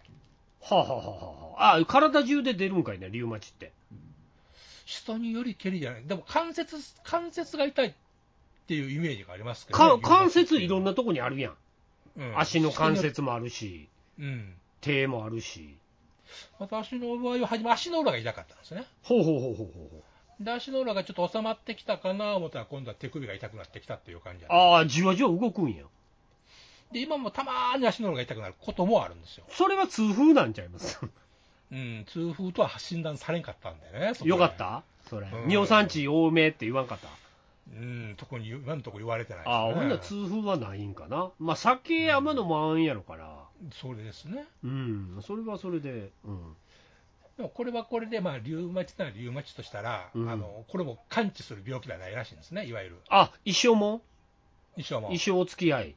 体中で出るんかいね、リウマチって。 人によりけりじゃない。でも関節が痛いっていうイメージがありますけど、ね、 関節いろんなとこにあるやん。足の関節もあるし、手もあるし。 私の場合は初め足の裏が痛かったんですね。で足の裏がちょっと収まってきたかなと思ったら、今度は手首が痛くなってきたっていう感じ。 じわじわ動くんや。 で今もたまーに足の裏が痛くなることもあるんですよ。 それは痛風なんちゃいます。 痛風とは診断されんかったんでね。 よかったそれ、尿酸値多めって言わんかった。 特に今のところ言われてないですね。ほんなら痛風はないんかな。まあ酒あんま飲まんやろから。 それですね。 それはそれで。 でもこれはこれで、リウマチならリウマチとしたら、これも完治する病気ではないらしいんですね、いわゆる。 一生も一生お付き合い。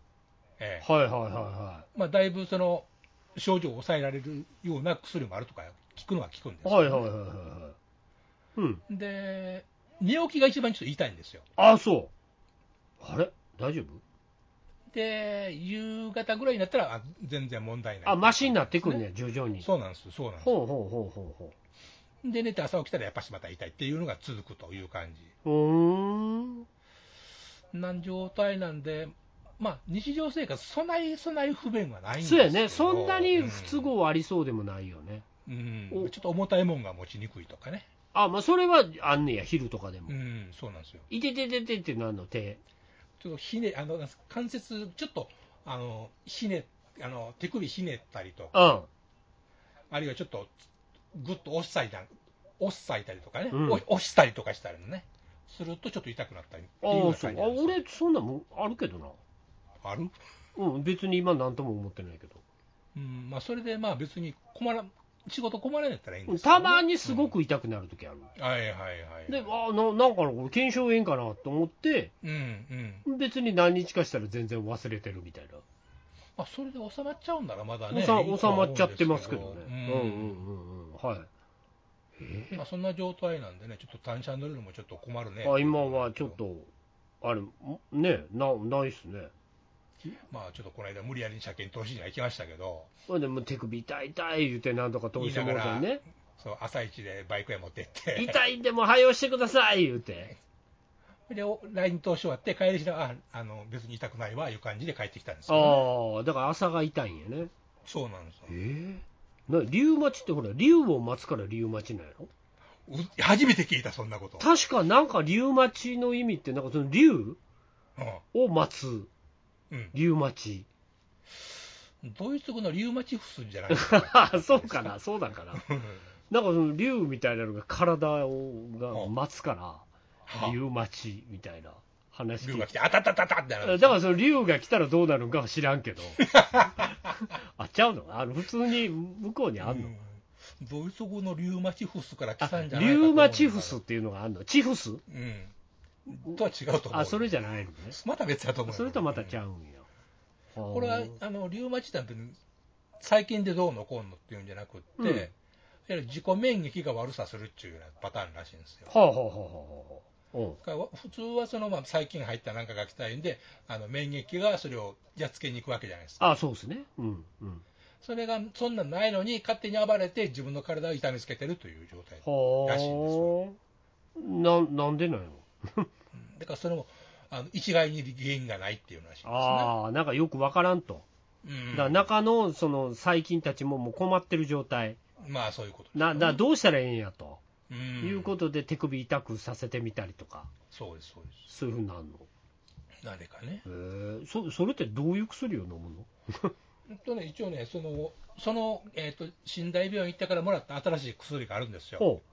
だいぶその症状を抑えられるような薬もあるとか聞くのは聞くんですけど、で寝起きが一番ちょっと痛いんですよ。 そうあれ大丈夫で夕方ぐらいになったら全然問題ない、 マシになってくるね、徐々に。 そうなんです。で寝て朝起きたらやっぱしまた痛いっていうのが続くという感じなん状態なんで、日常生活そない不便はないんですけど。そうやね、 そんなに不都合ありそうでもないよね。 ちょっと重たいもんが持ちにくいとかね。 それはあんねや、昼とかでも。 そうなんですよ。 いててててってなんの手。 ちょっと関節ちょっと手首ひねったりとか、あるいはちょっとグッと押したりとかね、押したりとかしたらね、 するとちょっと痛くなったりってあいうようあ、そう。 な感じなんですよ。 俺、そんなもんあるけどな。 ある？ 別に今なんとも思ってないけど。 まあ、それでまあ別に仕事困らんやったらいいんですけど、 たまにすごく痛くなるときある。 はいはいはい。 で、なんかこれ、腱鞘炎かなと思って、別に何日かしたら全然忘れてるみたいな。 まあ、それで収まっちゃうんならまだね。 収まっちゃってますけどね。はい。 まあ、そんな状態なんでね、ちょっと単車乗るのもちょっと困るね。 今はちょっと、あれ、ね、ないっすね。 まあ、ちょっとこの間無理やり車検投資には行きましたけど。 でも手首痛い痛い言うてなんとか投資もらってね。 そう、朝一でバイクへ持ってって。 痛いんでも早押してください言うて。 で、LINE 投資終わって帰りしな別に痛くないわいう感じで帰ってきたんですよ、 ね。だから朝が痛いんやね。 そうなんですよ。リウマチってほら、竜を待つからリウマチなんやろ？ 初めて聞いた、そんなこと。 確かなんかリウマチの意味って、なんかその竜を待つ。リウマチ。 ドイツ語のリウマチフスじゃないですか。 そうかな、そうなんかな。なんかその竜みたいなのが体が待つから、リウマチみたいな話。 竜が来て、あたたたたってなる。 だからその竜が来たらどうなるのかは知らんけど。あ、ちゃうの？普通に向こうにあんの？ ドイツ語のリウマチフスから来たんじゃないかとリウマチフスっていうのがあるの？チフス？ とは違うと思う。 それじゃないのね。 また別だと思う。 それとまたちゃうんや。 これはリウマチなんて最近でどうのこうのっていうんじゃなくって、自己免疫が悪さするっていうようなパターンらしいんですよ。普通は最近入ったなんかが来たいんで、免疫がそれをやっつけに行くわけじゃないですか。 そうですね。 それがそんなんないのに勝手に暴れて自分の体を痛めつけてるという状態らしいんですよ。 なんでなの？ だからそれも一概に原因がないっていうらしいですね。 なんかよくわからんと。だから中のその細菌たちももう困ってる状態。 まあそういうことですね。どうしたらええんやと。いうことで手首痛くさせてみたりとか。 そうですそうです。 そういうふうになるの。 誰かね。 それってどういう薬を飲むの？ 一応ね、寝台病院行ってからもらった新しい薬があるんですよ。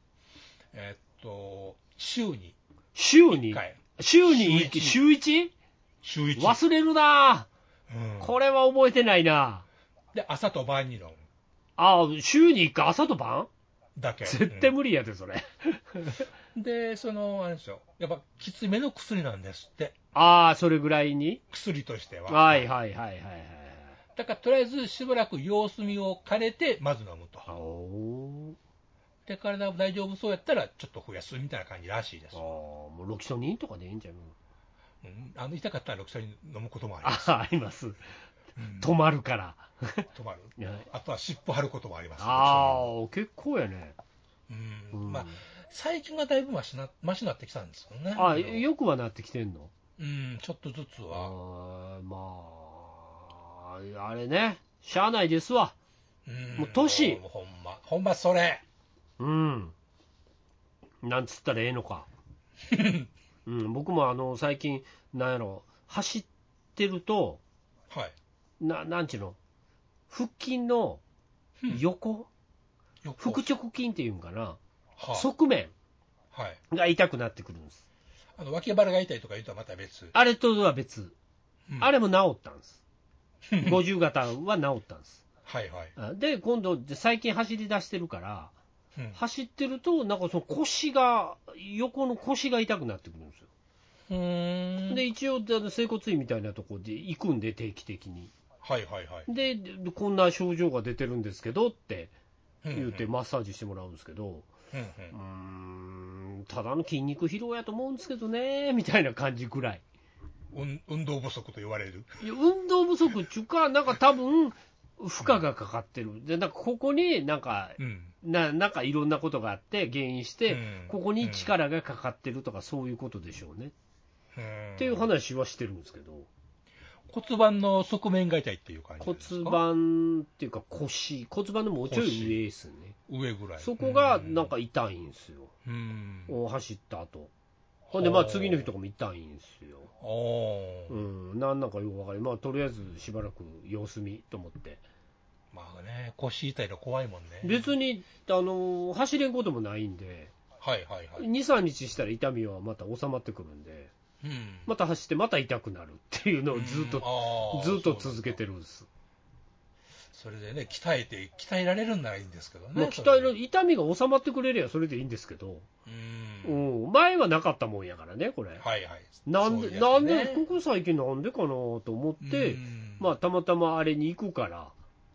週に1回。 週に1回。週 1？ 週1。 忘れるな。これは覚えてないな。 で、朝と晩に飲む。 週に1回朝と晩だけ。 絶対無理やで、それ。 で、あれですよ。やっぱ、きつめの薬なんですって。 それぐらいに薬としては。 はい。 だから、とりあえずしばらく様子見を兼ねて、まず飲むと。で、体が大丈夫そうやったら、ちょっと増やすみたいな感じらしいです。 もうロキソニンとかでいいんじゃん。 痛かったらロキソニン飲むこともあります。 あります。止まるから。 止まる。あとは尻尾張ることもあります。 結構やね。 まあ、最近はだいぶマシになってきたんですよね。 よくはなってきてんの？ ちょっとずつは。 あれね、しゃあないですわ。もう年。 ほんまそれ。 なんつったらええのか。僕も最近、なんやろ、走ってると、なんちゅうの、腹筋の横、腹直筋っていうんかな、側面が痛くなってくるんです。 脇腹が痛いとか言うとはまた別。 あれとは別。あれも治ったんです。50型は治ったんです。で、今度、最近走り出してるから、走ってると、なんかその横の腰が痛くなってくるんですよ。で、一応、整骨院みたいなところで行くんで、定期的に。で、こんな症状が出てるんですけどって言ってマッサージしてもらうんですけど、ただの筋肉疲労やと思うんですけどね、みたいな感じぐらい。 運動不足と言われる？ 運動不足っていうか、なんか多分、負荷がかかってる。で、なんかここになんかいろんなことがあって原因して、ここに力がかかってるとかそういうことでしょうね。っていう話はしてるんですけど。 骨盤の側面が痛いっていう感じですか？ 骨盤っていうか骨盤のもうちょい上ですね。 上ぐらい。 そこがなんか痛いんですよ。走った後。ほんで次の日とかも痛いんですよ。なんかよくわかる。とりあえずしばらく様子見と思って。 腰痛いの怖いもんね。 別に走れんこともないんで。 はいはいはい。 2、3日したら痛みはまた収まってくるんで、 うん、 また走ってまた痛くなるっていうのをずっと続けてるんです。 それでね、鍛えられるんならいいんですけどね。 まあ、痛みが収まってくれりゃそれでいいんですけど、前はなかったもんやからね、これ。 はいはい。 なんで、ここ最近なんでかなと思って、まあ、たまたまあれに行くから、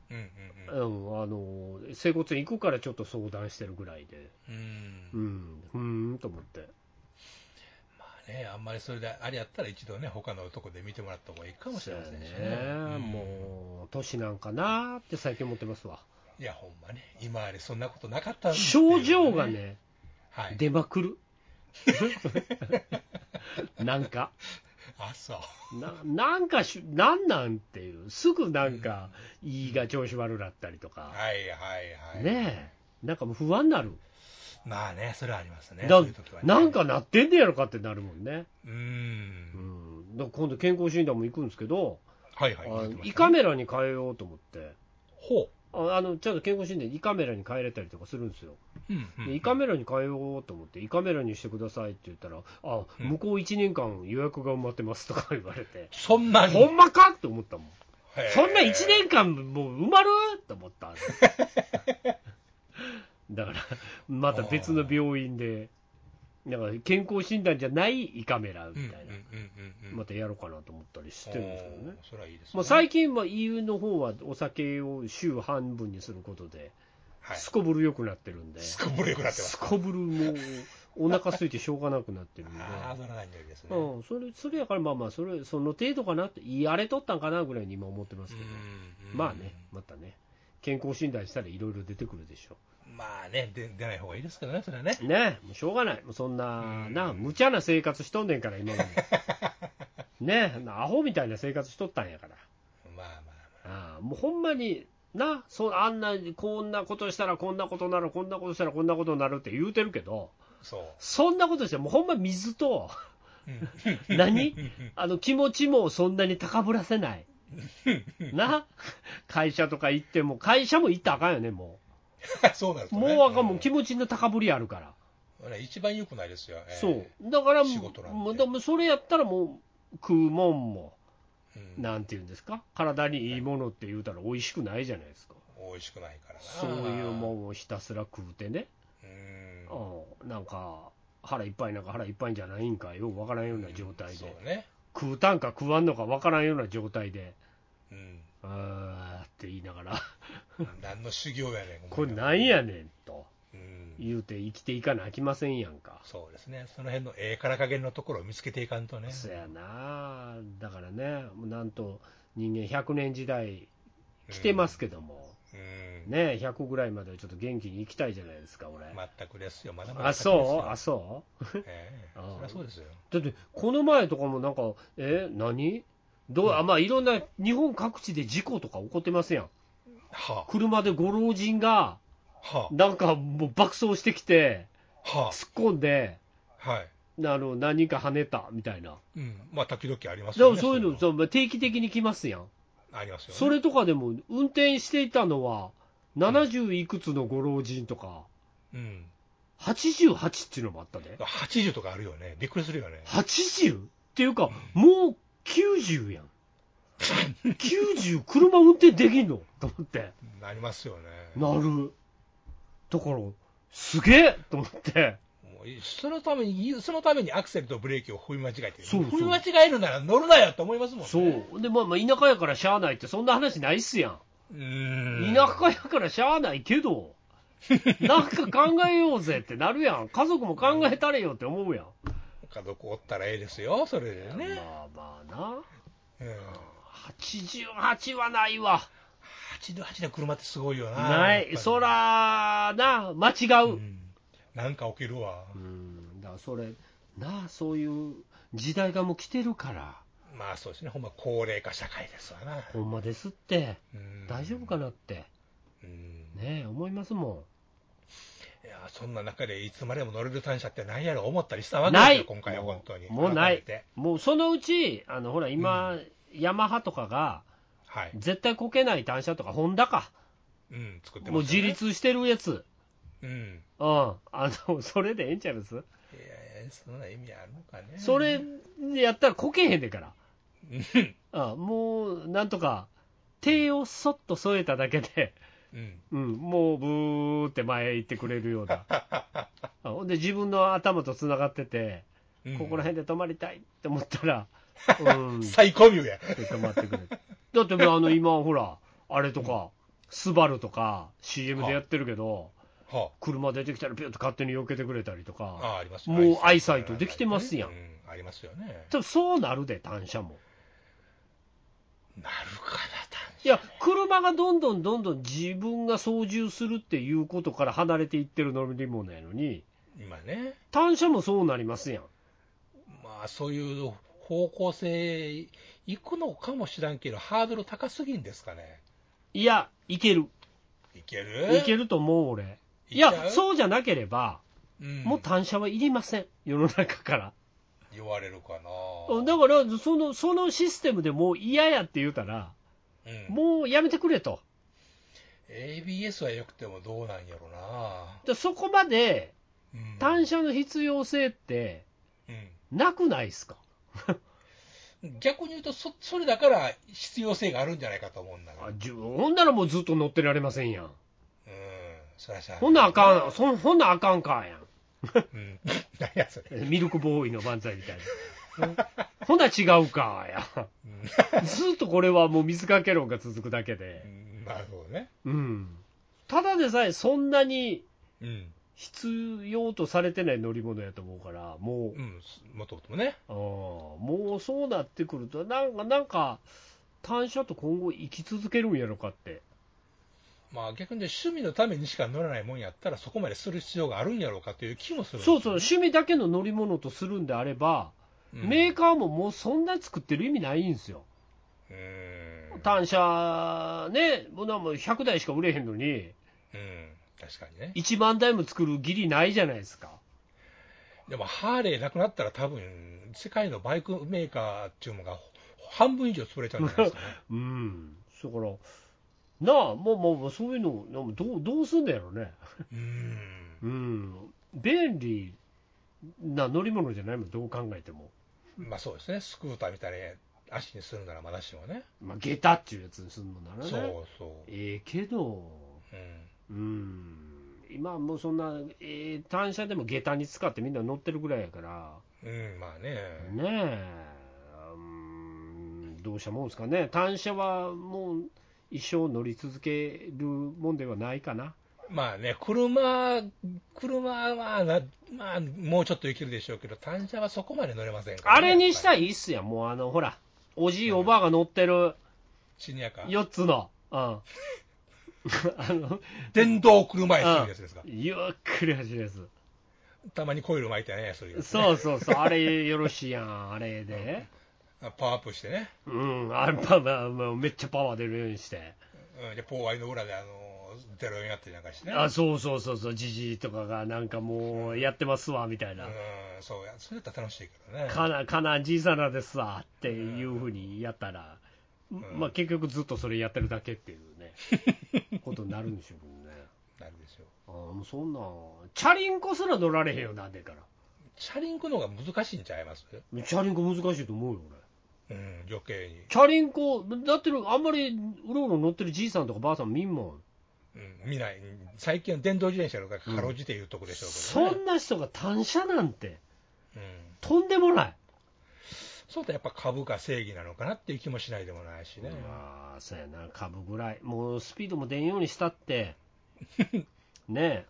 整骨院行くからちょっと相談してるぐらいで、と思って。 まあね、あんまりそれであれやったら一度ね、他のとこで見てもらった方がいいかもしれませんしね。 もう、年なんかなーって最近思ってますわ。 いや、ほんまね、今までそんなことなかったんですよ、ね。症状がね、 はい、 出まくる。なんか。 あ、そう。 なんなんていう、すぐなんか、胃が調子悪かったりとか。 はいはいはい。 ねえ、なんかもう不安になる。 まあね、それはありますね。 そういう時はね、なんかなってんねやろかってなるもんね。だから今度健康診断も行くんですけど、 はいはい。 胃カメラに変えようと思って。 ほう。 ちゃんと健康診断で胃カメラに変えれたりとかするんですよ。胃カメラに変えようと思って、胃カメラにしてくださいって言ったら、向こう1年間予約が埋まってますとか言われて、 そんなにほんまかって思ったもん。そんな1年間もう埋まるって思っただからまた別の病院で、だから健康診断じゃない胃カメラみたいな、またやろうかなと思ったりしてるんですけどね。 それはいいですね。 まあ、最近は EU の方はお酒を週半分にすることで、すこぶる良くなってるんで、 すこぶる良くなってます。 すこぶるもうお腹空いてしょうがなくなってるんで、それやからまあまあその程度かなって、あれ取ったんかなぐらいに今思ってますけど、まあね、またね、健康診断したらいろいろ出てくるでしょう。 まあね、出ない方がいいですけどね、それはね。 ね、もうしょうがない、もうそんな、無茶な生活しとんねんから、今まで。ね、アホみたいな生活しとったんやから。もうほんまに、こんなことしたらこんなことになる、こんなことしたらこんなことになるって言うてるけど、そんなことしてもうほんま水と、気持ちもそんなに高ぶらせない。会社とか行っても、会社も行ったらあかんよね、もう。 そうなんですね。 もうあかん、もう気持ちの高ぶりあるから。 一番良くないですよ。 そう。だからもう、それやったらもう、食うもんも、なんていうんですか、体にいいものって言うたら美味しくないじゃないですか。 美味しくないからな。 そういうもんをひたすら食うてね。なんか、腹いっぱいなんか腹いっぱいんじゃないんかよ、わからんような状態で。食うたんか食わんのかわからんような状態で。って言いながら何の修行やねん、 これなんやねんと言うて生きていかなあきませんやんか。 そうですね、その辺のから加減のところを見つけていかんとね。 そやな、だからね、なんと人間100年時代来てますけども、ね、100ぐらいまでちょっと元気に生きたいじゃないですか、俺。 全くですよ、まだまだ。 そうそりゃそうですよ。 だってこの前とかもなんか何まあいろんな日本各地で事故とか起こってますやん。車でご老人がなんかもう爆走してきて突っ込んで、何人か跳ねたみたいな。 まあ時々ありますよね。 そういうの定期的に来ますやん。 ありますよね。 それとかでも運転していたのは70いくつのご老人とか、88っていうのもあったね。 80とかあるよね。びっくりするよね。 80っていうか、もう90やん。90車運転できんのと思って。 なりますよね。 なる。だからすげえと思って。 そのためにアクセルとブレーキを踏み間違えてる。踏み間違えるなら乗るなよって思いますもんね。 そうで、まあ田舎やからしゃあないってそんな話ないっすやん。田舎やからしゃあないけどなんか考えようぜってなるやん。家族も考えたれよって思うやん。 家族おったらええですよ、それでね。 まあな。88はないわ。 88の車ってすごいよな。 ない、そらな、間違う。 なんか起きるわ。 だからそれそういう時代がもう来てるから。 まあそうですね、ほんま高齢化社会ですわな。 ほんまですって。大丈夫かなってね思いますもん。 いや、そんな中でいつまでも乗れる単車って何やろ思ったりしたわけですよ、今回は本当に。 もうない。もうそのうちほら今、ヤマハとかが、絶対こけない単車とかホンダか、 作ってますよね。 もう自立してるやつ、 うん。 それでええんちゃいます？ そんな意味あるのかね。 それやったらこけへんでから。もう、なんとか、手をそっと添えただけで、もうブーって前行ってくれるような。で、自分の頭とつながってて、ここら辺で止まりたいって思ったら、 最高ミューや。 止まってくれる。だって今、ほら、あれとか、スバルとか CM でやってるけど、車出てきたらピュッと勝手に避けてくれたりとか、もうアイサイトできてますやん。 ありますよね。 多分そうなるで、単車も。 なるかな、単車。 いや、車がどんどん自分が操縦するっていうことから離れていってる乗り物やのに、 今ね。 単車もそうなりますやん。 まあ、そういう方向性、行くのかもしらんけど、ハードル高すぎんですかね。 いや、いける。 いける？ いけると思う、俺。いや、そうじゃなければ、もう単車はいりません、世の中から。 言われるかな。 だから、そのシステムでもう嫌やって言うたら、もうやめてくれと。 ABS は良くてもどうなんやろな。 そこまで、単車の必要性って、なくないですか？ 逆に言うとそれだから必要性があるんじゃないかと思うんだが。 ほんならもうずっと乗ってられませんやん。 そらしゃほんなあかん、ほんなあかんかやん。 何やそれ。 ミルクボーイの万歳みたいな。ほんな違うかや。ずっとこれはもう水かけ論が続くだけで。 なるほどね。 ただでさえそんなに必要とされてない乗り物やと思うから、もう、 もともとね。 もうそうなってくると、なんか、単車と今後生き続けるんやろかって。 まあ逆に趣味のためにしか乗らないもんやったら、そこまでする必要があるんやろうかという気もするんですよね。 そう、趣味だけの乗り物とするんであれば、メーカーももうそんな作ってる意味ないんですよ。単車ね、もう100台しか売れへんのに、 確かにね。 1万台も作る義理ないじゃないですか。 でもハーレーなくなったら多分世界のバイクメーカーっていうのが半分以上潰れちゃうんじゃないですかね。 だからもうそういうのどうすんだやろね。便利な乗り物じゃないもん、どう考えても。 まあそうですね。スクーターみたいに足にするならまだしもね。 下駄っていうやつにするのならね。 そう。 けど、今はもうそんな、単車でも下駄に使ってみんな乗ってるぐらいやから。 まあね。 どうしたもんですかね。単車はもう一生乗り続けるもんではないかな。 まあね、車はまあもうちょっといけるでしょうけど、単車はそこまで乗れませんからね。 あれにしたらいいっすやん。もうほら、おじいおばあが乗ってるシニアカー 4つの、 電動車椅子のやつですか。 ゆっくり走るやつ。 たまにコイル巻いてね、そういうやつ、 ね。そう、あれよろしいやん、あれで。 パワーアップしてね。 あれめっちゃパワー出るようにして。 で、ポーワイの裏で04やったりなんかしてね。 そう、ジジイとかがなんかもうやってますわ、みたいな。 そうやったら楽しいけどね。 かな、じいさんらですわ、っていうふうにやったら、まあ結局ずっとそれやってるだけっていうね、ことになるんでしょうけどね。 なるでしょう。 もうそんな、チャリンコすら乗られへんよ、なんでから。 チャリンコの方が難しいんちゃいます？ チャリンコ難しいと思うよ、俺。 余計に。 チャリンコ、だってあんまりうろうろ乗ってるじいさんとかばあさん見んもん。 見ない。最近は電動自転車とかかろうじていうとこでしょうけどね。 そんな人が単車なんて、とんでもない。 そうだ、やっぱ株が正義なのかなっていう気もしないでもないしね。 そうやな、株ぐらい。もうスピードも出んようにしたって、ね、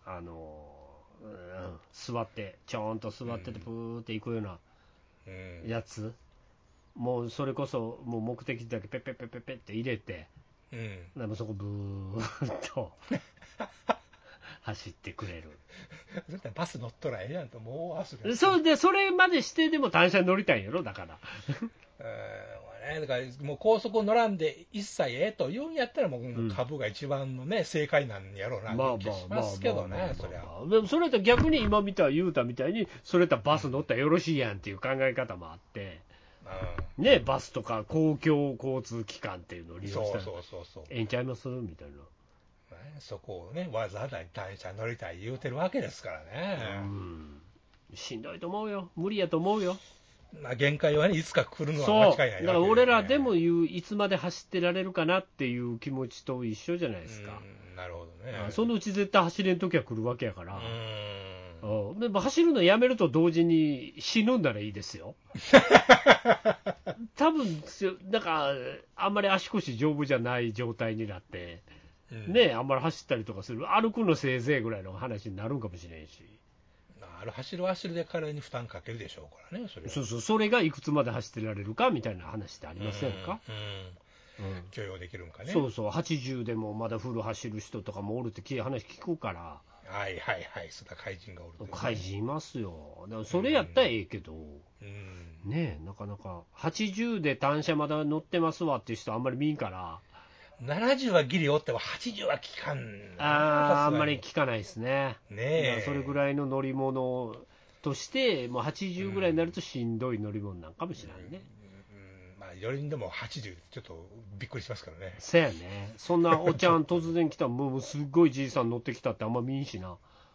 座って、ちょんと座ってて、プーって行くようなやつ。もうそれこそもう目的地だけペッペッペッペッペッって入れて、でもそこブーッと走ってくれる。 絶対バス乗っとらええやんと、もう忘れる。 それまでしてでも単車に乗りたいんやろ、だから。 だからもう高速乗らんで一切と言うんやったら、もう株が一番のね、正解なんやろうな気がしますけどね、そりゃ。 でもそれやったら逆に今言うたみたいに、それやったらバス乗ったらよろしいやんっていう考え方もあって。ね、バスとか公共交通機関っていうのを利用したらええんちゃいますみたいな。 そこをね、わざわざ単車乗りたい言うてるわけですからね。 しんどいと思うよ、無理やと思うよ。 まあ、限界はね、いつか来るのは間違いないわけで、ね、 だから俺らでも言う、いつまで走ってられるかなっていう気持ちと一緒じゃないですか。 なるほどね。 そのうち絶対走れんときは来るわけやから。でも走るのやめると同時に死ぬんならいいですよ。多分なんかあんまり足腰丈夫じゃない状態になって、ね、あんまり走ったりとかする、歩くのせいぜいぐらいの話になるんかもしれんし。 走る走るで体に負担かけるでしょうからね、 それがいくつまで走ってられるかみたいな話ってありませんか。 許容できるんかね。 80でもまだフル走る人とかもおるって話聞くから。 はいはいはい、そんな怪人がおる、ね、 怪人いますよ。だからそれやったらええけど、ねえ、なかなか80で単車まだ乗ってますわっていう人あんまり見んから。 70はギリおっても80は効かん。 あんまり効かないですね。 ねえ、 それぐらいの乗り物としてもう80ぐらいになるとしんどい乗り物なんかもしれないね。 まあよりでも80ちょっとびっくりしますからね。 そうやね。そんなおちゃん突然来たらもうすっごいじいさん乗ってきたってあんま見んしな。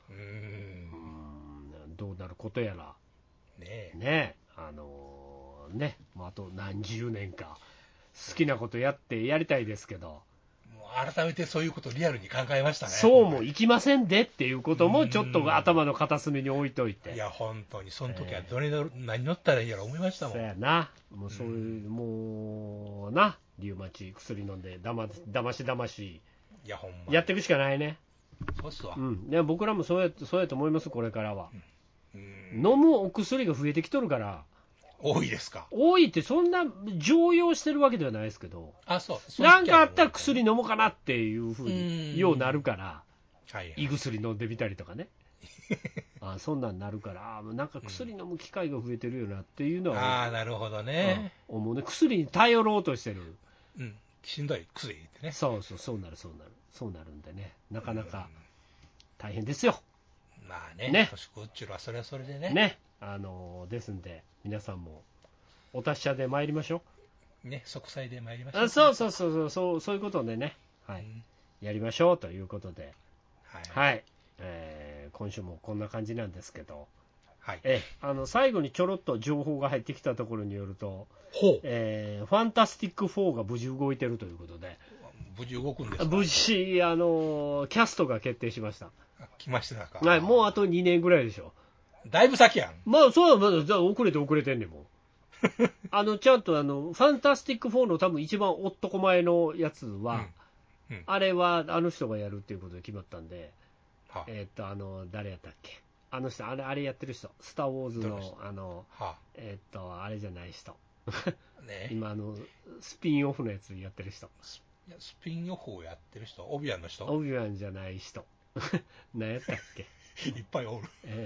どうなることやら。ねえ。ね、あと何十年か好きなことやってやりたいですけど、もう改めてそういうことをリアルに考えましたね。 そうもいきませんでっていうこともちょっと頭の片隅に置いといて、 いや本当にその時は何乗ったらいいやろ思いましたもん。 そうやな、もうそういう、もうな、リウマチ薬飲んでだましいやほんまやっていくしかないね。 そうっすわ。 で僕らもそうやと思います。これからは、飲むお薬が増えてきとるから。 多いですか。 多いってそんな常用してるわけではないですけど、 そうなんかあったら薬飲もうかなっていうふうにようなるから、胃薬飲んでみたりとかねそんなんなるから、なんか薬飲む機会が増えてるよなっていうのは、 なるほどね、 思うね。薬に頼ろうとしてる、 しんどい薬ってね。 そうなるんでね、なかなか大変ですよ。 まあね、年食うっちゅうのはそれはそれでね。 ですんで皆さんもお達者で参りましょう。ね、息災で参りましょう。 そういうことでね、やりましょうということで、今週もこんな感じなんですけど、最後にちょろっと情報が入ってきたところによると、ファンタスティック4が無事動いてるということで。 無事動くんですか。 無事キャストが決定しました。 来ましたか。 もうあと2年ぐらいでしょ。 だいぶ先やん。 まだ遅れてんねんもんちゃんとファンタスティック4の多分一番おっとこ前のやつは、あれはあの人がやるっていうことで決まったんで、誰やったっけ、人、あれやってる人、スター・ウォーズのあれじゃない人今スピンオフのやつやってる人、 スピンオフをやってる人、オビワンの人、 オビワンじゃない人何やったっけいっぱいおる。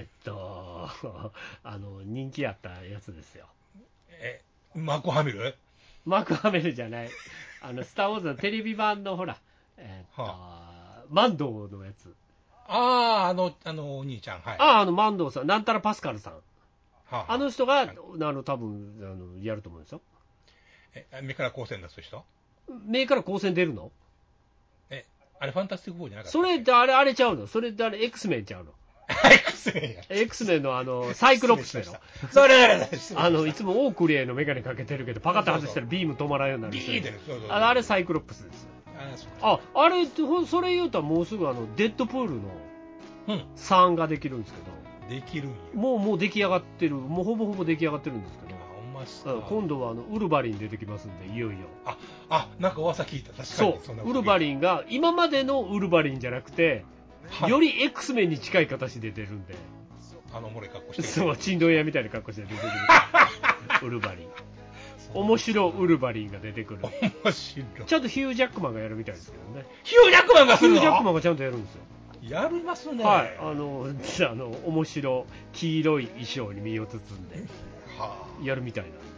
人気あったやつですよ。 マーク・ハミル？ マーク・ハミルじゃない。スター・ウォーズのテレビ版のほら、マンドーのやつ。 お兄ちゃん、 マンドーさん、なんたらパスカルさん。あの人が、多分やると思うんですよ。 目から光線出す人？ 目から光線出るの？ あれファンタスティック4じゃなかった？ それってあれちゃうの？それってX メンちゃうの？X メンのサイクロプスやろ。 それいつもオークリーのメガネかけてるけど、パカッと外したらビーム止まらんようになる。あれサイクロプスです。あれってそれ言うたらもうすぐデッドプールの3ができるんですけど、 できるんや。 もう出来上がってる、もうほぼほぼ出来上がってるんですけど、今度はウルヴァリン出てきますんで、いよいよ。 なんか噂聞いた。確かにそう、ウルヴァリンが今までのウルヴァリンじゃなくて、より X メンに近い形で出るんで、 漏れ格好してる。 そう、チンドン屋みたいな格好して出てくるウルヴァリン、面白ウルヴァリンが出てくる。 面白い。 ちゃんとヒュージャックマンがやるみたいですけどね。 ヒュージャックマンがするの？ ヒュージャックマンがちゃんとやるんですよ。 やりますね。 面白黄色い衣装に身を包んでやるみたいなんで、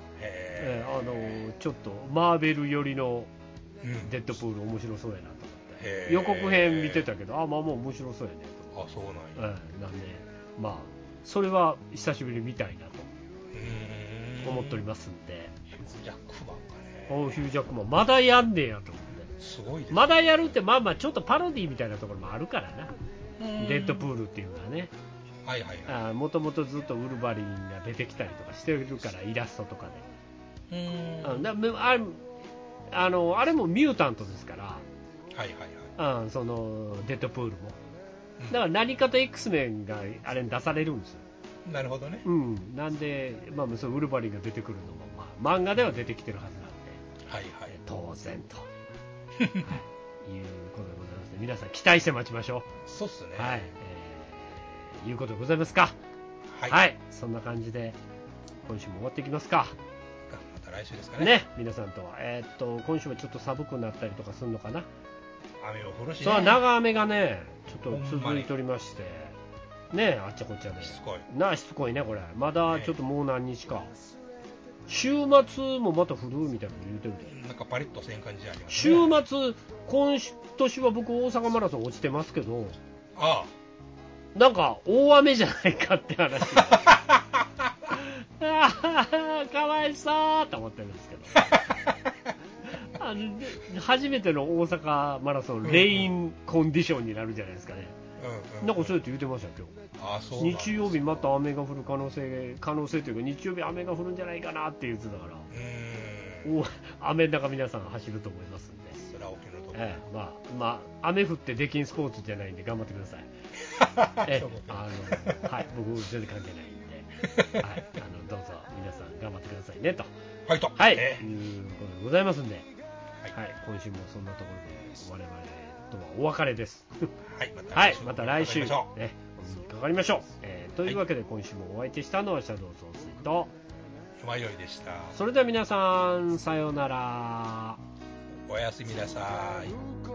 ちょっとマーベル寄りのデッドプール面白そうやなと思って、予告編見てたけど、もう面白そうやねと。 そうなんや。 なんでそれは久しぶりに見たいなと思っておりますんで。 ヒュージャックマンかね。 ヒュージャックマンまだやんねやと思って。 すごいですね。 まだやるって、まあまあちょっとパロディみたいなところもあるからな、デッドプールっていうのはね。 はいはいはい。 もともとずっとウルヴァリンが出てきたりとかしてるから、イラストとかで。あれもミュータントですから、 はいはいはい。 そのデッドプールも。だから何かと X メンがあれに出されるんですよ。 なるほどね。 なんで、まあ、そのウルヴァリンが出てくるのも、まあ、漫画では出てきてるはずなんで、 はいはい。 当然と、はい、いうことでございますね。皆さん期待して待ちましょう。 そうっすね。 はい、いうことでございますか。 はい。 はい、そんな感じで今週も終わっていきますか。 また来週ですかね。 ね、皆さんと今週はちょっと寒くなったりとかするのかな。 雨を降るしね。 そう、長雨がね、ちょっと続いておりまして、ね、あっちゃこっちゃで。 しつこい。 しつこいね、これ。まだちょっともう何日か。週末もまた降るみたいなの言うてるで。 なんかパリッとせん感じありますね。 週末、今年は僕大阪マラソン落ちてますけど、なんか大雨じゃないかって話。かわいそうと思ってるんですけど。初めての大阪マラソン、レインコンディションになるじゃないですかね。なんかそうやって言ってましたよ、今日。日曜日また雨が降る可能性というか、日曜日雨が降るんじゃないかなって言ってたから、雨の中皆さん走ると思いますんで、 それは起きると思う。まあ、雨降ってできんスポーツじゃないんで頑張ってください。はい、僕全然関係ないんで、はい、どうぞ皆さん頑張ってくださいねと。 はいと。 はい、いうことでございますんで、はい、今週もそんなところで我々とはお別れです。はい、また来週、ね、お耳にかかりましょう。というわけで今週もお相手したのはシャドウ総帥と山よいでした。 それでは皆さんさようなら。 おやすみなさい。